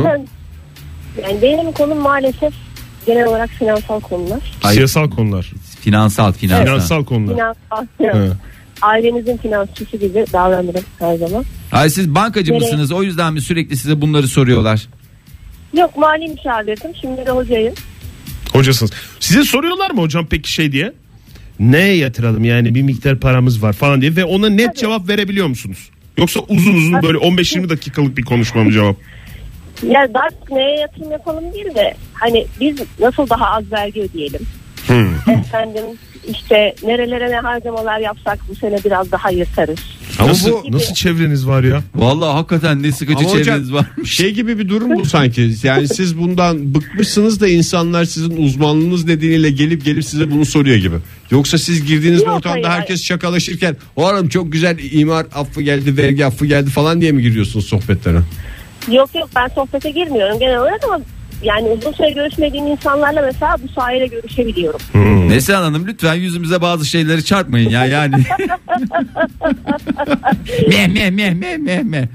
F: Yani benim konum maalesef genel olarak finansal konular.
D: Siyasal konular.
E: Finansal.
D: Finansal konular.
F: Finansal.
D: He.
F: Ailenizin finansçısı gibi davranırım her zaman.
E: Ay siz bankacı
F: Nereye?
E: mısınız? O yüzden mi sürekli size bunları soruyorlar?
F: Yok, mali müşavirdim. Şimdi de hocayım.
D: Hocasınız. Size soruyorlar mı hocam peki şey diye? Neye yatıralım yani, bir miktar paramız var falan diye, ve ona net cevap verebiliyor musunuz? Yoksa uzun böyle 15-20 dakikalık bir konuşma mı cevap?
F: Ya daha çok neye yatırım yapalım değil de hani biz nasıl daha az vergi ödeyelim. Efendim işte nerelere ne harcamalar yapsak bu sene biraz daha yırtarız.
C: Ama
D: Nasıl çevreniz var ya?
E: Vallahi hakikaten ne sıkıcı
C: Ama hocam,
E: çevreniz var.
C: şey gibi bir durum bu sanki. Yani siz bundan bıkmışsınız da insanlar sizin uzmanlığınız nedeniyle gelip size bunu soruyor gibi. Yoksa siz girdiğiniz
F: Yok,
C: ortamda
F: hayır,
C: herkes şakalaşırken o hanım çok güzel imar affı geldi, vergi affı geldi falan diye mi giriyorsunuz sohbetlere?
F: Yok ben sohbete girmiyorum genel olarak ama yani uzun süre görüşmediğim insanlarla mesela bu sayede görüşebiliyorum.
E: Neslihan Hanım lütfen yüzümüze bazı şeyleri çarpmayın ya yani. meh.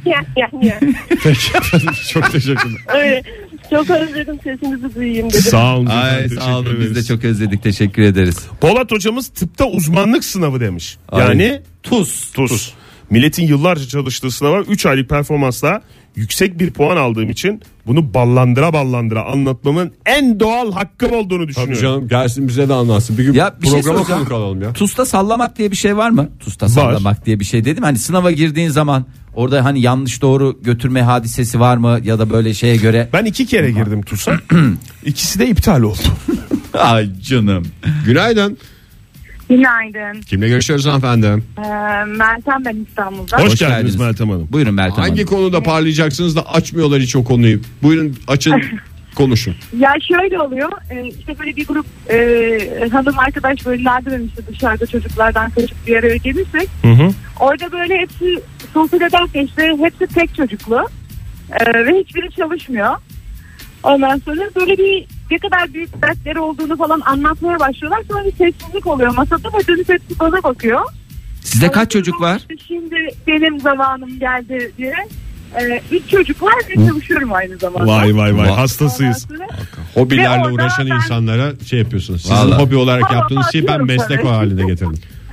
C: Çok teşekkürler.
F: Öyle. Çok özledim, sesinizi duyayım dedim.
D: Sağ olun.
E: Ay
D: Teşekkür
E: sağ olun, biz de
D: ederiz.
E: çok özledik, teşekkür ederiz.
D: Polat hocamız tıpta uzmanlık sınavı demiş. Yani TUS. Milletin yıllarca çalıştığı sınava 3 aylık performansla yüksek bir puan aldığım için bunu ballandıra anlatmamın en doğal hakkım olduğunu
C: Tabii
D: düşünüyorum.
C: canım, gelsin bize de anlatsın. Bir gün
E: Ya bir şey
C: programa
E: soracağım.
C: konuk alalım ya.
E: TUS'ta sallamak diye bir şey var mı? TUS'ta sallamak diye bir şey dedim. Hani sınava girdiğin zaman orada hani yanlış doğru götürme hadisesi var mı? Ya da böyle şeye göre.
D: Ben 2 kere girdim TUS'a. İkisi de iptal oldu.
E: Ay canım.
C: Günaydın.
G: Günaydın.
C: Kimle görüşüyoruz hanımefendi?
G: Meltem ben İstanbul'da.
D: Hoş
E: Hoş
D: geldiniz
E: geldiniz.
D: Meltem Hanım.
E: Buyurun Meltem
C: Hangi
E: Hanım.
C: konuda parlayacaksınız da açmıyorlar hiç o konuyu? Buyurun açın, konuşun.
G: Ya şöyle oluyor. İşte böyle bir grup hanım arkadaş böyle nadiren işte dışarıda çocuklardan kaçıp bir araya gelirsek. Orada böyle hepsi sohbet ederken işte hepsi tek çocuklu. Ve hiçbiri çalışmıyor. Ondan sonra böyle bir ne kadar büyük dertleri olduğunu falan anlatmaya başlıyorlar. Sonra bir sessizlik oluyor masada ve dönüp hepsi bana bakıyor.
E: Sizde kaç çocuk var?
G: Şimdi benim zamanım geldi diye. 3 çocuk var ve çalışıyorum aynı zamanda.
D: Vay hastasıyız.
G: Ondan sonra-
C: Hobilerle
G: Ve orada
C: uğraşan
G: ben-
C: insanlara şey yapıyorsunuz. Sizin
E: Vallahi.
C: hobi olarak
G: Ama
C: yaptığınız şeyi ben
G: atıyorum
C: meslek
G: tabii.
C: haline getirdim.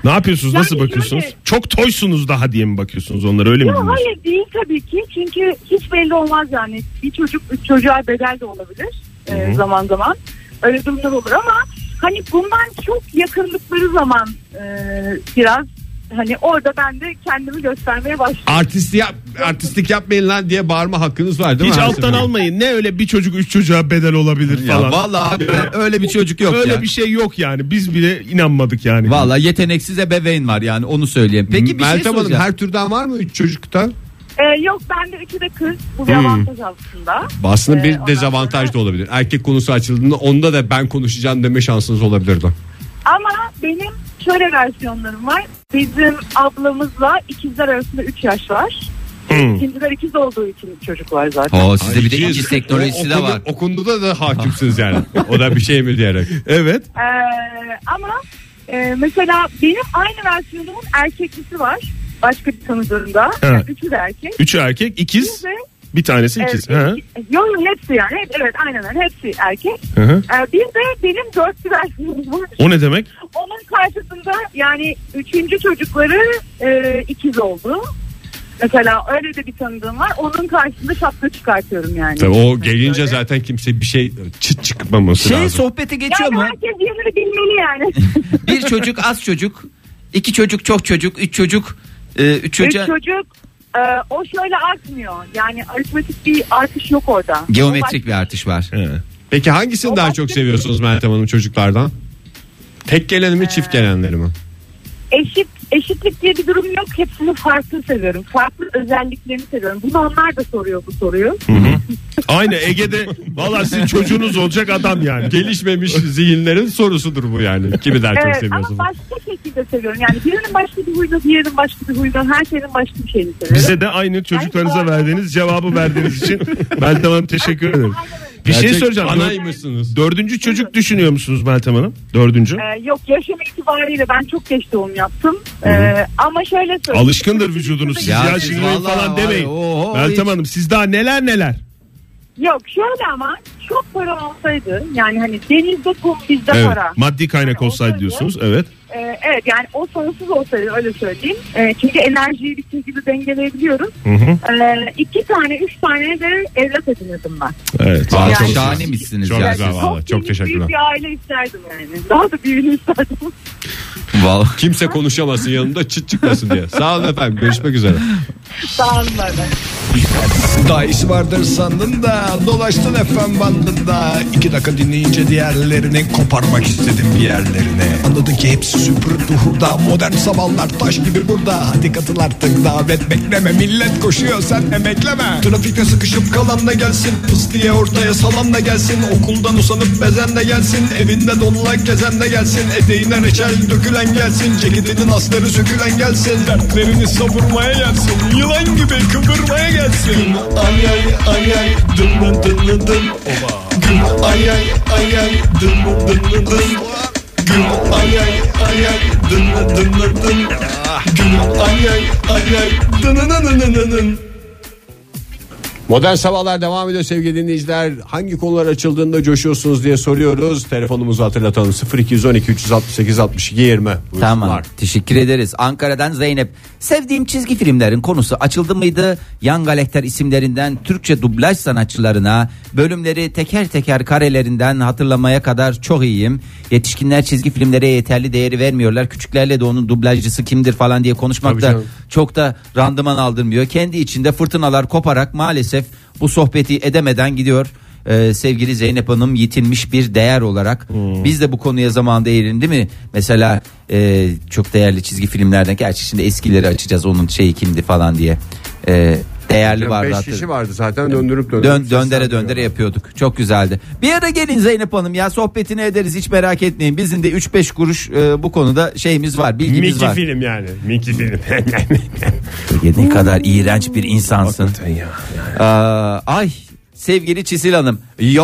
D: Ne yapıyorsunuz?
G: Yani
D: Nasıl bakıyorsunuz?
G: şöyle-
D: Çok toysunuz daha diye mi bakıyorsunuz onlara, öyle mi
G: Yok
D: diyorsunuz?
G: hayır değil tabii ki. Çünkü hiç belli olmaz yani. Bir çocuk 3 çocuğa bedel de olabilir zaman zaman. Öyle durumlar olur ama hani bundan çok yakınlıkları zaman biraz hani orada ben de kendimi göstermeye başlıyorum.
C: Artistlik yapmayın lan diye bağırma hakkınız var değil
D: Hiç
C: mi? her
D: alttan
C: seferinde?
D: almayın. Ne öyle bir çocuk 3 çocuğa bedel olabilir
E: Ya
D: falan.
E: vallahi öyle bir çocuk yok
D: Öyle
E: ya.
D: bir şey yok yani. Biz bile inanmadık yani.
E: Vallahi yeteneksiz ebeveyn var yani, onu söyleyeyim. Peki bir şey
C: Meltem Hanım,
E: soracağım.
C: her türden var mı 3 çocukta?
G: Yok bende 3'ü de kız. Bu bir avantaj aslında.
C: Aslında bir
G: Ondan
C: dezavantaj
G: sonra-
C: da olabilir. Erkek konusu açıldığında onda da ben konuşacağım deme şansınız olabilirdi.
G: Ama benim şöyle versiyonlarım var. Bizim ablamızla ikizler arasında 3 yaş var. İkinciler ikiz olduğu için çocuk var zaten.
E: Oo, sizde bir de ikiz teknolojisi de var.
C: O konuda da hakimsiniz yani. O da bir şey mi diyerek.
D: Evet.
G: Ama mesela benim aynı versiyonumun erkeklisi var. Başka bir tanıdığımda.
D: Evet.
G: Yani 3'ü de erkek.
D: 3'ü erkek, ikiz,
G: Bir de
D: bir tanesi ikiz.
G: Evet, yok hepsi yani. Evet aynen öyle. Hepsi erkek.
D: Hı.
G: Bir de benim 4'lü versiyonum var.
D: O ne demek?
G: Onun karşısında yani 3. çocukları ikiz oldu. Mesela öyle de bir tanıdığım var. Onun karşısında şapka çıkartıyorum yani.
C: Tabii o gelince
G: Öyle.
C: zaten kimse bir şey çıt çıkmaması
E: Şey
C: lazım.
E: sohbeti geçiyor
G: Yani
E: mu?
G: herkes yerini bilmeli yani.
E: Bir çocuk, az çocuk, 2 çocuk, çok çocuk, 3 çocuk, 3
G: Üç
E: çocuğa
G: çocuk o şöyle artmıyor. Yani aritmetik bir artış yok orada.
E: geometrik bir artış var.
D: He.
C: Peki hangisini daha çok seviyorsunuz Meltem Hanım çocuklardan? Tek geleni mi çift gelenleri mi?
G: Eşitlik diye bir durum yok. Hepsini farklı seviyorum. Farklı özelliklerini seviyorum. Bunu onlar da soruyor bu soruyu.
D: Aynı Ege'de valla sizin çocuğunuz olacak adam yani.
C: Gelişmemiş zihinlerin sorusudur bu yani. Kimi daha çok
G: Evet
C: seviyorsunuz?
G: ama başka şekilde seviyorum. Yani birinin başka bir huyunu, diğerinin başka bir huyunu, her şeyin başka bir şeyini seviyorum.
D: Bize de aynı çocuklarınıza verdiğiniz cevabı verdiğiniz için Meltem Hanım teşekkür ederim. Bir şey
C: Gerçek
D: soracağım.
C: anaymışsınız.
D: 4. çocuk düşünüyor musunuz Meltem Hanım? 4.
G: Yok yaşam itibariyle ben çok geç doğum yaptım. Ama şöyle söyleyeyim.
D: Alışkındır vücudunuz siz
E: Ya
D: ya,
E: siz
D: şimdi
E: vallahi
D: falan
E: var
D: demeyin.
E: ya, oho,
D: Meltem
E: hiç.
D: Hanım siz daha neler.
G: Yok şöyle ama çok para olsaydı yani hani denizde kum bizde
D: Evet,
G: para.
D: maddi kaynak
G: Yani
D: olsaydı
G: olsaydı-
D: diyorsunuz. Evet.
G: Evet yani o sonsuz olsaydı öyle söyleyeyim. Çünkü enerjiyi bir şekilde dengeleyebiliyoruz. 2 tane 3 tane de evlat edinirdim ben.
D: Evet.
E: Aa,
G: Yani-
E: şahanemişsiniz
C: Çok
E: ya.
C: güzel
E: siz.
C: vallahi. Çok
G: geniş,
C: teşekkürler.
G: büyük bir aile isterdim yani. Daha da büyüğünü isterdim.
E: Vallahi.
C: Kimse konuşamasın yanında çıt çıkmasın diye. Sağ olun efendim. Görüşmek üzere.
G: Sağ olun böyle.
B: Daha iyisi vardır sandın da dolaştın FM bandında. 2 dakika dinleyince diğerlerini koparmak istedim bir yerlerine. Anladın ki hepsi süpür duhurda. Modern sabahlar taş gibi burada. Hadi katıl artık davet bekleme. Millet koşuyor sen emekleme. Trafikte sıkışıp kalan da gelsin. Pıs diye ortaya salan da gelsin. Okuldan usanıp bezen de gelsin. Evinde donlak gezen de gelsin. Eteğine reçel dökülen gelsin. Ceketinin astarı sökülen gelsin. Dertlerini savurmaya gelsin. Yılan gibi kıvırmaya gelsin. Ay ay ay ay dın dın dın dın dın. Gün ay ay ay ay dın dın dın dın dın. Gün ay ay ay ay dın dın dın dın dın. Gün ay ay ay ay dın dın dın dın dın.
C: Modern Sabahlar devam ediyor sevgili dinleyiciler. Hangi konular açıldığında coşuyorsunuz diye soruyoruz. Telefonumuzu hatırlatalım. 0212 368 62 20.
E: Tamam, teşekkür ederiz. Ankara'dan Zeynep. Sevdiğim çizgi filmlerin konusu açıldı mıydı? Yan Galekter isimlerinden Türkçe dublaj sanatçılarına, bölümleri teker teker karelerinden hatırlamaya kadar çok iyiyim. Yetişkinler çizgi filmlere yeterli değeri vermiyorlar. Küçüklerle de onun dublajcısı kimdir falan diye konuşmak
C: Tabii
E: da
C: canım.
E: çok da randıman aldırmıyor. Kendi içinde fırtınalar koparak maalesef bu sohbeti edemeden gidiyor. Sevgili Zeynep Hanım, yitilmiş bir değer olarak biz de bu konuya zamanında eğilelim değil mi? Mesela çok değerli çizgi filmlerden, gerçi şimdi eskileri açacağız, onun şeyi kimdi falan diye. Değerli vardı.
C: 5 kişi vardı zaten döndürüp döndürüp.
E: Döndere yapıyorduk. Çok güzeldi. Bir ara gelin Zeynep Hanım ya, sohbetini ederiz, hiç merak etmeyin. Bizim de 3-5 kuruş bu konuda şeyimiz var, bilgimiz
C: Miki
E: var.
C: film yani. Miki film.
E: Ne kadar iğrenç bir insansın. Ay sevgili Çisil Hanım,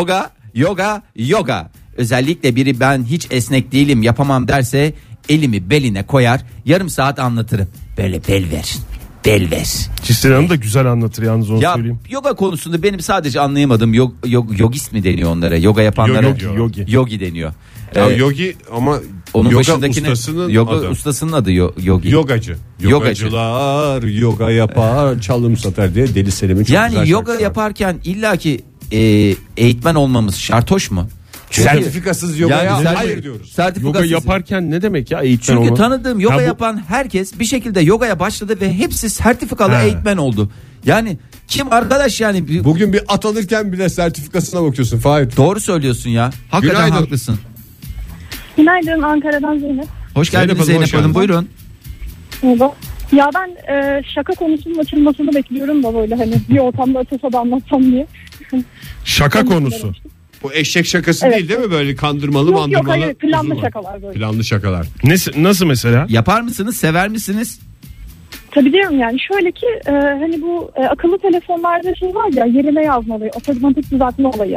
E: yoga. Özellikle biri ben hiç esnek değilim, yapamam derse elimi beline koyar, yarım saat anlatırım. Böyle bel ver. Belver.
D: Çistin Hanım da güzel anlatır yalnız, onu
E: Ya
D: söyleyeyim.
E: yoga konusunda benim sadece anlayamadığım yogist mi deniyor onlara? Yoga yapanlara yogi deniyor.
C: Ya yogi ama
E: Onun
C: yoga
E: başındakine
C: ustasının
E: yoga
C: adı.
E: ustasının adı yogi.
C: Yogacı. Yogacılar yoga yapar, çalım satar diye Deli Selim'in çok
E: Yani
C: güzel
E: yoga
C: şarkısı var.
E: yaparken illaki eğitmen olmamız şartoş mu?
C: Sertifikasız yogaya
E: Yani
C: hayır diyoruz.
D: Yoga
E: Sertifikasız.
D: yaparken ne demek ya eğitmen
E: Çünkü
D: olmak?
E: tanıdığım yoga
D: Ha, bu-
E: yapan herkes bir şekilde yogaya başladı ve hepsi sertifikalı eğitmen oldu. Yani kim arkadaş yani?
C: Bugün bir atanırken bile sertifikasına bakıyorsun Fahir.
E: Doğru söylüyorsun ya. Hakikaten
C: Günaydın.
E: haklısın.
F: Günaydın, Ankara'dan Zeynep.
E: Hoş geldiniz
C: Zeynep Hanım,
E: Zeynep
C: hoş
E: Hanım,
C: geldiniz.
E: buyurun.
F: Merhaba. Ya ben şaka konusunun açılmasını bekliyorum da böyle hani bir ortamda açılsa da anlatsam diye.
D: Şaka konusu.
C: Bu eşek şakası
F: Evet.
C: değil mi, böyle kandırmalı
F: Yok
C: bandırmalı?
F: hayır, planlı
C: uzun var.
F: şakalar böyle.
C: Planlı şakalar.
D: Nasıl mesela?
E: Yapar mısınız? Sever misiniz?
F: Tabii diyorum yani şöyle ki hani bu akıllı telefonlarda şey var ya, yerine yazma olayı, otomatik düzeltme olayı.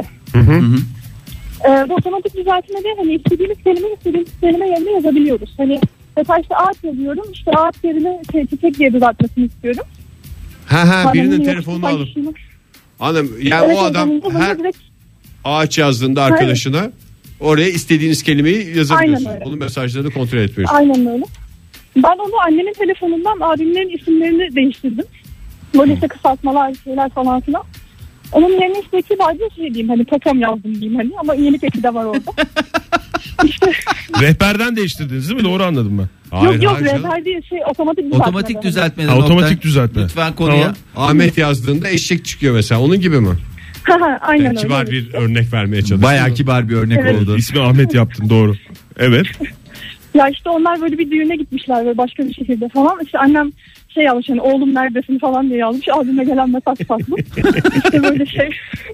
F: Bu otomatik düzeltmede hani istediğimiz kelime yerine yazabiliyoruz. Hani mesela işte ağaç yazıyorum, işte ağaç yerine çiçek diye düzeltmesini istiyorum.
C: Birinin telefonunu alıp. Hanım yani
F: Evet,
C: o adam
F: telefonunu
C: her
F: direkt-
C: ağaç yazdığında arkadaşına oraya istediğiniz kelimeyi
F: Aynen
C: yazabiliyorsunuz.
F: öyle.
C: Onun mesajlarını kontrol etmiyorsunuz.
F: Aynen öyle. Ben onu annemin telefonundan abimlerin isimlerini değiştirdim. Böyle işte kısaltmalar, şeyler falan filan. Onun yerine işte kibarca şey diyeyim, hani Totom yazdım diyeyim hani, ama iyilik eki de var orada. İşte
D: Rehberden değiştirdiniz değil mi? Doğru anladım ben.
C: Hayır,
F: yok
C: hayır canım.
F: rehber değil, şey otomatik düzeltme.
E: Otomatik düzeltme.
D: Ha, otomatik düzeltme.
E: Lütfen konuya.
D: Tamam.
C: Ahmet yazdığında eşek çıkıyor mesela, onun gibi mi?
F: Aynen öyle.
C: Kibar bir örnek vermeye çalıştım.
E: Bayağı kibar bir örnek
F: Evet.
E: oldu.
D: İsmi Ahmet yaptın, doğru. Evet.
F: Ya işte onlar böyle bir düğüne gitmişler böyle başka bir şehirde falan. İşte annem şey yazmış, hani oğlum neredesin falan diye yazmış. Abime gelen mesaj farklı. İşte böyle şey.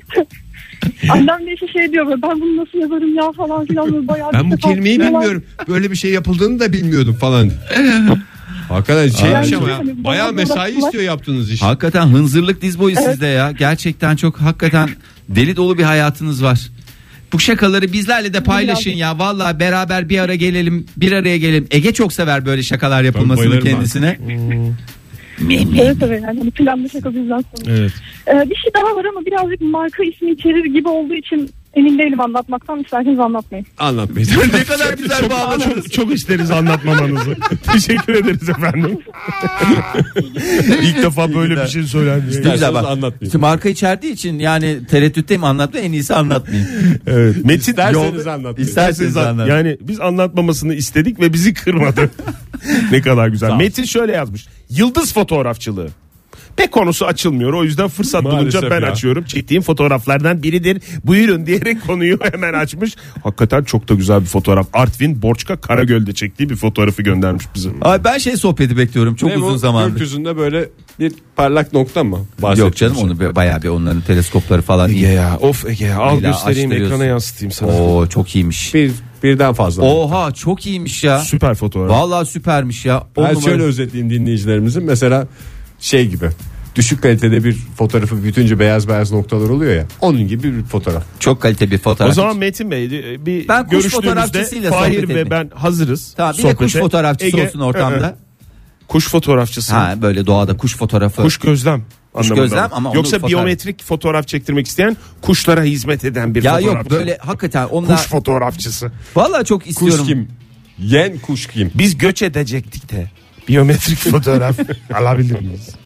F: Annem de işte şey diyor böyle, ben bunu nasıl yazarım ya falan filan. Böyle bayağı
C: Ben bu
F: bir şey
C: kelimeyi
F: falan.
C: bilmiyorum. Böyle bir şey yapıldığını da bilmiyordum falan. Hakikaten şeymiş
F: Yani
C: ama ya.
F: hani
C: Bayağı
F: bana
C: mesai
F: bıraktılar.
C: istiyor yaptığınız iş.
E: Hakikaten hınzırlık diz boyu
F: Evet.
E: sizde ya. Gerçekten çok, hakikaten deli dolu bir hayatınız var. Bu şakaları bizlerle de paylaşın ya. Vallahi beraber bir araya gelelim. Ege çok sever böyle şakalar yapılmasını
C: bayılırım
E: kendisine.
F: Evet yani hani planlı şaka bizden sonra.
D: Evet.
F: Bir şey daha var ama birazcık marka ismi içerir gibi olduğu için emin değilim anlatmaktan, isterseniz anlatmayın.
C: Anlatmayın.
E: Ne kadar güzel bağladınız.
D: Çok isteriz anlatmamanızı. Teşekkür ederiz efendim. İlk defa böyle bir şey söylendi.
E: Ne güzel bak.
C: Anlatmayın.
E: Şimdi marka içerdiği için yani tereddütteyim, anlatma, en iyisi anlatmayayım.
D: Evet. Metin
C: İsterseniz anlatmayın.
E: İsterseniz anlat.
D: Yani biz anlatmamasını istedik ve bizi kırmadı. Ne kadar güzel.
C: Sağ ol.
D: Metin şöyle yazmış. Yıldız fotoğrafçılığı. Pek konusu açılmıyor. O yüzden fırsat
C: Maalesef
D: bulunca ben
C: ya.
D: açıyorum. Çektiğim fotoğraflardan biridir. Buyurun diyerek konuyu hemen açmış. Hakikaten çok da güzel bir fotoğraf. Artvin Borçka Karagöl'de çektiği bir fotoğrafı göndermiş bize.
E: Ay ben sohbeti bekliyorum çok
C: Ne bu?
E: uzun zamandır.
C: Gökyüzünde böyle bir parlak nokta mı?
E: Yok canım, onu bayağı bir onların teleskopları falan iyi.
D: Ya of Ege ya. Al
E: İlla
D: göstereyim,
E: açtırıyorsun.
D: ekrana yansıtayım sana.
E: Oo çok iyiymiş.
C: Birden fazla.
E: Oha çok iyiymiş ya.
D: Süper fotoğraf.
E: Vallahi süpermiş ya. On
C: Ben
E: numara.
C: şöyle özetleyeyim dinleyicilerimizin. Mesela şey gibi, düşük kalitede bir fotoğrafı bütünce beyaz noktalar oluyor ya. Onun gibi bir fotoğraf.
E: Çok kalite bir fotoğraf.
D: O zaman Metin Bey bir
E: Ben kuş
D: görüştüğümüzde
E: fotoğrafçısıyla sohbet
D: Fahir
E: etmek.
D: ve ben hazırız.
E: Tamam, bir de kuş
D: sohbete.
E: fotoğrafçısı
D: Ege,
E: olsun ortamda.
D: Kuş fotoğrafçısı.
E: Ha böyle doğada kuş fotoğrafı.
D: Kuş gözlem. anlamında
E: gözlem
D: mı?
E: ama onu
D: Yoksa
E: fotoğraf-
D: biyometrik fotoğraf çektirmek isteyen kuşlara hizmet eden bir
E: Ya
D: fotoğrafçı.
E: yok böyle hakikaten onlar.
D: Kuş fotoğrafçısı.
E: Vallahi çok istiyorum.
C: Kuş kim? Yen kuş kim?
D: Biz göç edecektik de biyometrik fotoğraf alabilir miyiz?